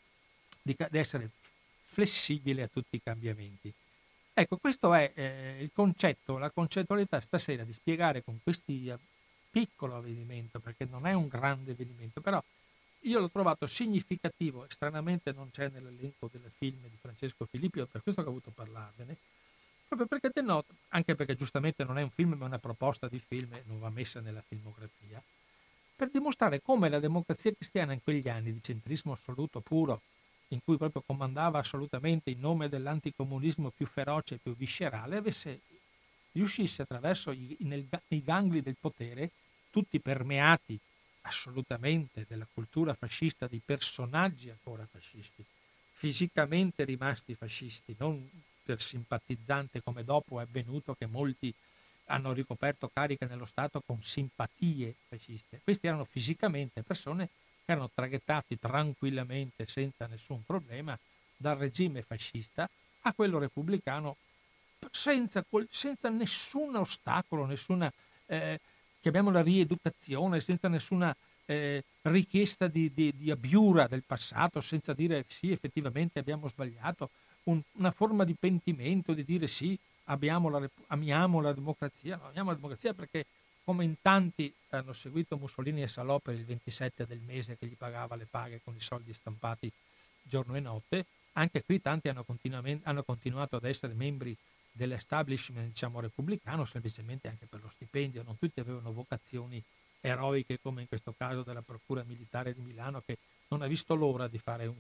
di essere flessibile a tutti i cambiamenti. Ecco, questo è il concetto, la concettualità stasera, di spiegare con questi piccolo avvenimento, perché non è un grande avvenimento, però io l'ho trovato significativo, e stranamente non c'è nell'elenco del film di Francesco Filippi, per questo che ho voluto parlarvene, proprio perché denota, anche perché giustamente non è un film ma una proposta di film e non va messa nella filmografia, per dimostrare come la democrazia cristiana in quegli anni di centrismo assoluto puro, in cui proprio comandava assolutamente in nome dell'anticomunismo più feroce e più viscerale, riuscisse attraverso i gangli del potere, tutti permeati assolutamente della cultura fascista, di personaggi ancora fascisti, fisicamente rimasti fascisti, non per simpatizzante come dopo è avvenuto che molti hanno ricoperto cariche nello Stato con simpatie fasciste. Questi erano fisicamente persone che erano traghettati tranquillamente, senza nessun problema, dal regime fascista a quello repubblicano, senza nessun ostacolo, nessuna, chiamiamola rieducazione, senza nessuna richiesta di abiura del passato, senza dire sì, effettivamente abbiamo sbagliato, una forma di pentimento, di dire sì, amiamo la democrazia. No, amiamo la democrazia perché, come in tanti hanno seguito Mussolini e Salò per il 27 del mese che gli pagava le paghe con i soldi stampati giorno e notte, anche qui tanti hanno continuato ad essere membri dell'establishment, diciamo, repubblicano, semplicemente anche per lo stipendio. Non tutti avevano vocazioni eroiche, come in questo caso della Procura Militare di Milano, che non ha visto l'ora di fare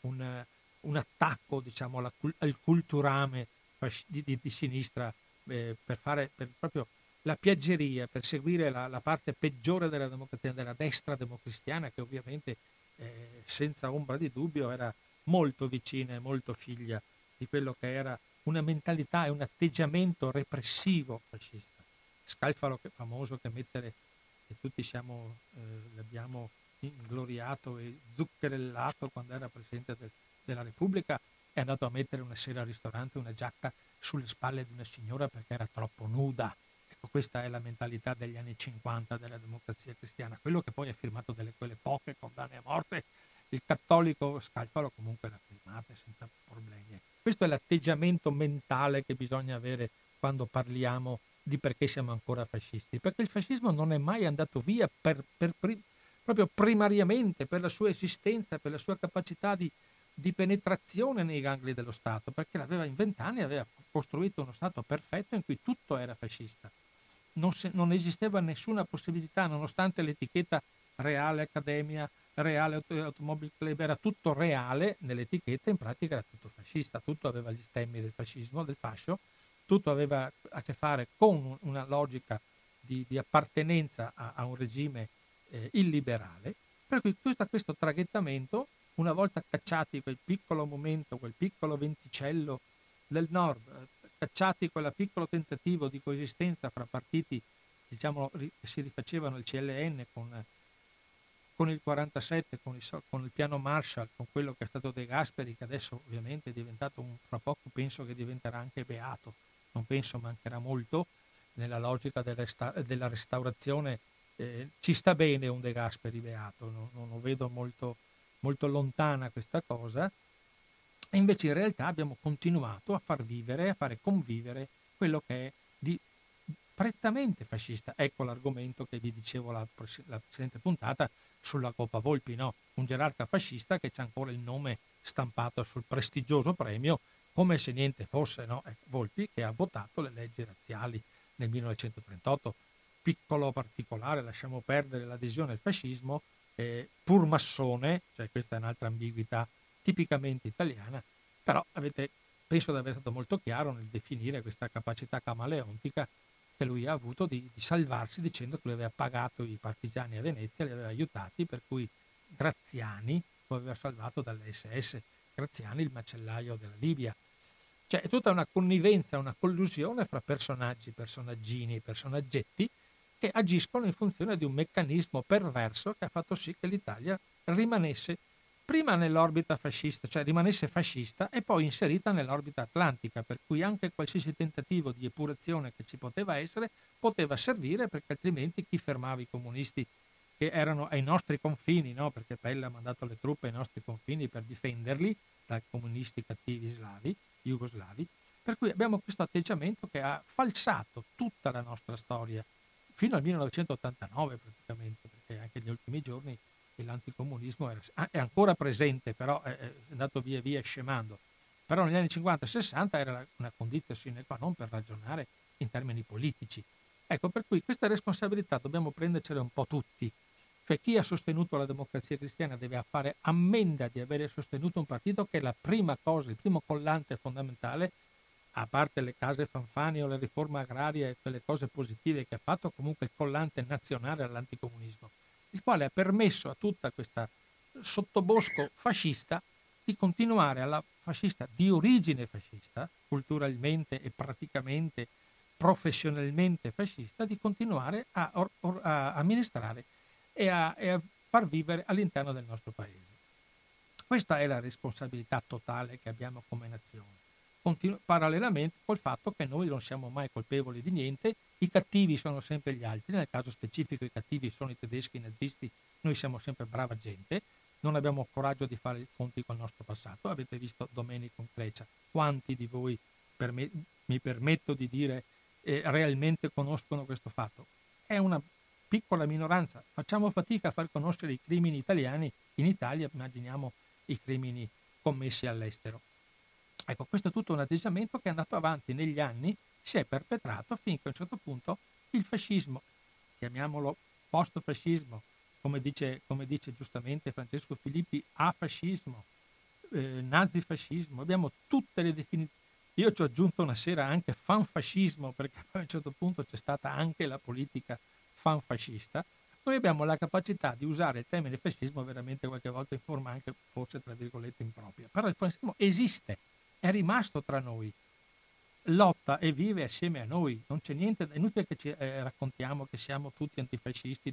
un attacco, diciamo, al culturame di sinistra, per proprio la piaggeria, per seguire la parte peggiore della democrazia, della destra democristiana, che ovviamente senza ombra di dubbio era molto vicina e molto figlia di quello che era una mentalità e un atteggiamento repressivo fascista. Scalfaro, che è famoso, che tutti l'abbiamo ingloriato e zuccherellato quando era presidente della Repubblica, è andato a mettere una sera al ristorante una giacca sulle spalle di una signora perché era troppo nuda. Ecco, questa è la mentalità degli anni 50 della democrazia cristiana. Quello che poi ha firmato quelle poche condanne a morte il cattolico scalfalo comunque la primate senza problemi. Questo è l'atteggiamento mentale che bisogna avere quando parliamo di perché siamo ancora fascisti, perché il fascismo non è mai andato via proprio primariamente per la sua esistenza, per la sua capacità di penetrazione nei gangli dello Stato, perché l'aveva in 20 anni, aveva costruito uno Stato perfetto in cui tutto era fascista. Non esisteva nessuna possibilità, nonostante l'etichetta Reale Accademia, Reale Automobile Club, era tutto reale nell'etichetta, in pratica era tutto fascista, tutto aveva gli stemmi del fascismo, del fascio, tutto aveva a che fare con una logica di appartenenza a un regime illiberale, per cui questo traghettamento, una volta cacciati quel piccolo momento, quel piccolo venticello del nord, cacciati quel piccolo tentativo di coesistenza fra partiti, diciamo, che si rifacevano il CLN con il 47, con il piano Marshall, con quello che è stato De Gasperi, che adesso ovviamente è diventato fra poco penso che diventerà anche beato, non penso mancherà molto, nella logica della restaurazione ci sta bene un De Gasperi beato, non lo vedo molto, molto lontana questa cosa, e invece in realtà abbiamo continuato a far vivere, a fare convivere quello che è di prettamente fascista. Ecco l'argomento che vi dicevo la precedente puntata sulla Coppa Volpi, no? Un gerarca fascista che c'ha ancora il nome stampato sul prestigioso premio, come se niente fosse, no? Volpi che ha votato le leggi razziali nel 1938. Piccolo particolare, lasciamo perdere l'adesione al fascismo, pur massone, cioè questa è un'altra ambiguità tipicamente italiana, però penso di aver stato molto chiaro nel definire questa capacità camaleontica che lui ha avuto di salvarsi dicendo che lui aveva pagato i partigiani a Venezia, li aveva aiutati, per cui Graziani lo aveva salvato dalle SS, Graziani il macellaio della Libia. Cioè è tutta una connivenza, una collusione fra personaggi, personaggini, personaggetti che agiscono in funzione di un meccanismo perverso che ha fatto sì che l'Italia rimanesse prima nell'orbita fascista, cioè rimanesse fascista, e poi inserita nell'orbita atlantica, per cui anche qualsiasi tentativo di epurazione che ci poteva essere poteva servire, perché altrimenti chi fermava i comunisti che erano ai nostri confini, no? Perché Pelle ha mandato le truppe ai nostri confini per difenderli dai comunisti cattivi jugoslavi, per cui abbiamo questo atteggiamento che ha falsato tutta la nostra storia fino al 1989 praticamente, perché anche negli ultimi giorni l'anticomunismo è ancora presente, però è andato via via scemando. Però negli anni 50 e 60 era una condizione sine qua non per ragionare in termini politici. Ecco, per cui questa responsabilità dobbiamo prendercela un po' tutti. Cioè chi ha sostenuto la Democrazia Cristiana deve fare ammenda di avere sostenuto un partito che è la prima cosa, il primo collante fondamentale, a parte le case Fanfani o la riforma agraria e quelle cose positive che ha fatto, comunque il collante nazionale all'anticomunismo, il quale ha permesso a tutta questa sottobosco fascista di continuare, alla fascista di origine fascista, culturalmente e praticamente professionalmente fascista, di continuare a amministrare e a far vivere all'interno del nostro paese. Questa è la responsabilità totale che abbiamo come nazione. Parallelamente col fatto che noi non siamo mai colpevoli di niente, i cattivi sono sempre gli altri, nel caso specifico i cattivi sono i tedeschi, i nazisti, noi siamo sempre brava gente, non abbiamo coraggio di fare i conti col nostro passato. Avete visto Domenico in Grecia, quanti di voi, mi permetto di dire, realmente conoscono questo fatto? È una piccola minoranza, facciamo fatica a far conoscere i crimini italiani in Italia, immaginiamo i crimini commessi all'estero. Ecco, questo è tutto un atteggiamento che è andato avanti negli anni, si è perpetrato finché a un certo punto il fascismo, chiamiamolo post-fascismo, come dice giustamente Francesco Filippi, afascismo, nazifascismo, abbiamo tutte le definizioni. Io ci ho aggiunto una sera anche fanfascismo, perché poi a un certo punto c'è stata anche la politica fanfascista. Noi abbiamo la capacità di usare il termine fascismo veramente qualche volta in forma anche forse tra virgolette impropria, però il fascismo esiste, è rimasto tra noi, lotta e vive assieme a noi, non c'è niente, è inutile che ci raccontiamo che siamo tutti antifascisti,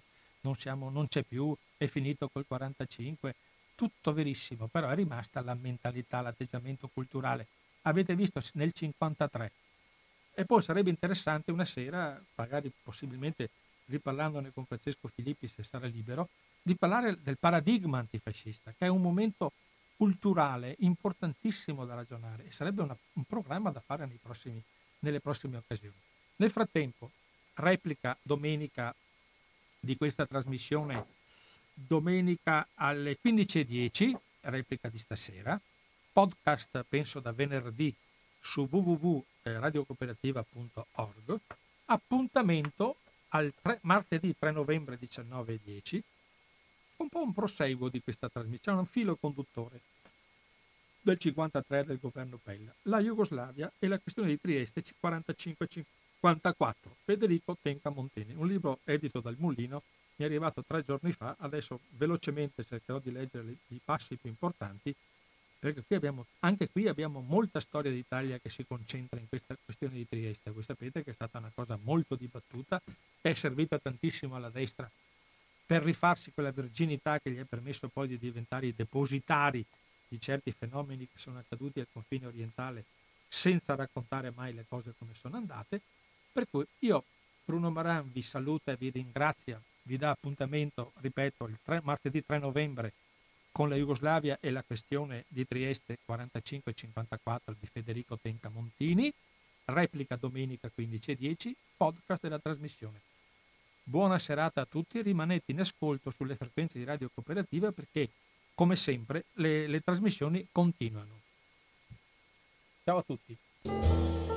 non c'è più, è finito col 45, tutto verissimo, però è rimasta la mentalità, l'atteggiamento culturale. Avete visto nel 53, e poi sarebbe interessante una sera, magari possibilmente riparlandone con Francesco Filippi se sarà libero, di parlare del paradigma antifascista, che è un momento culturale importantissimo da ragionare e sarebbe un programma da fare nelle prossime occasioni. Nel frattempo, replica domenica di questa trasmissione, domenica alle 15:10, replica di stasera, podcast penso da venerdì su www.radiocooperativa.org, appuntamento martedì 3 novembre 19:10, un po' un proseguo di questa trasmissione, un filo conduttore del 53 del governo Pella, la Jugoslavia e la questione di Trieste 45-54, Federico Tenca Montini, un libro edito dal Mulino, mi è arrivato 3 giorni fa, adesso velocemente cercherò di leggere i passi più importanti, perché anche qui abbiamo molta storia d'Italia che si concentra in questa questione di Trieste. Voi sapete che è stata una cosa molto dibattuta, è servita tantissimo alla destra per rifarsi quella virginità che gli ha permesso poi di diventare i depositari di certi fenomeni che sono accaduti al confine orientale senza raccontare mai le cose come sono andate. Per cui io, Bruno Maran, vi saluta e vi ringrazia, vi dà appuntamento, ripeto, martedì 3 novembre con la Jugoslavia e la questione di Trieste 45-54 di Federico Tenca Montini, replica domenica 15:10, podcast della trasmissione. Buona serata a tutti, rimanete in ascolto sulle frequenze di Radio Cooperativa perché, come sempre, le trasmissioni continuano. Ciao a tutti.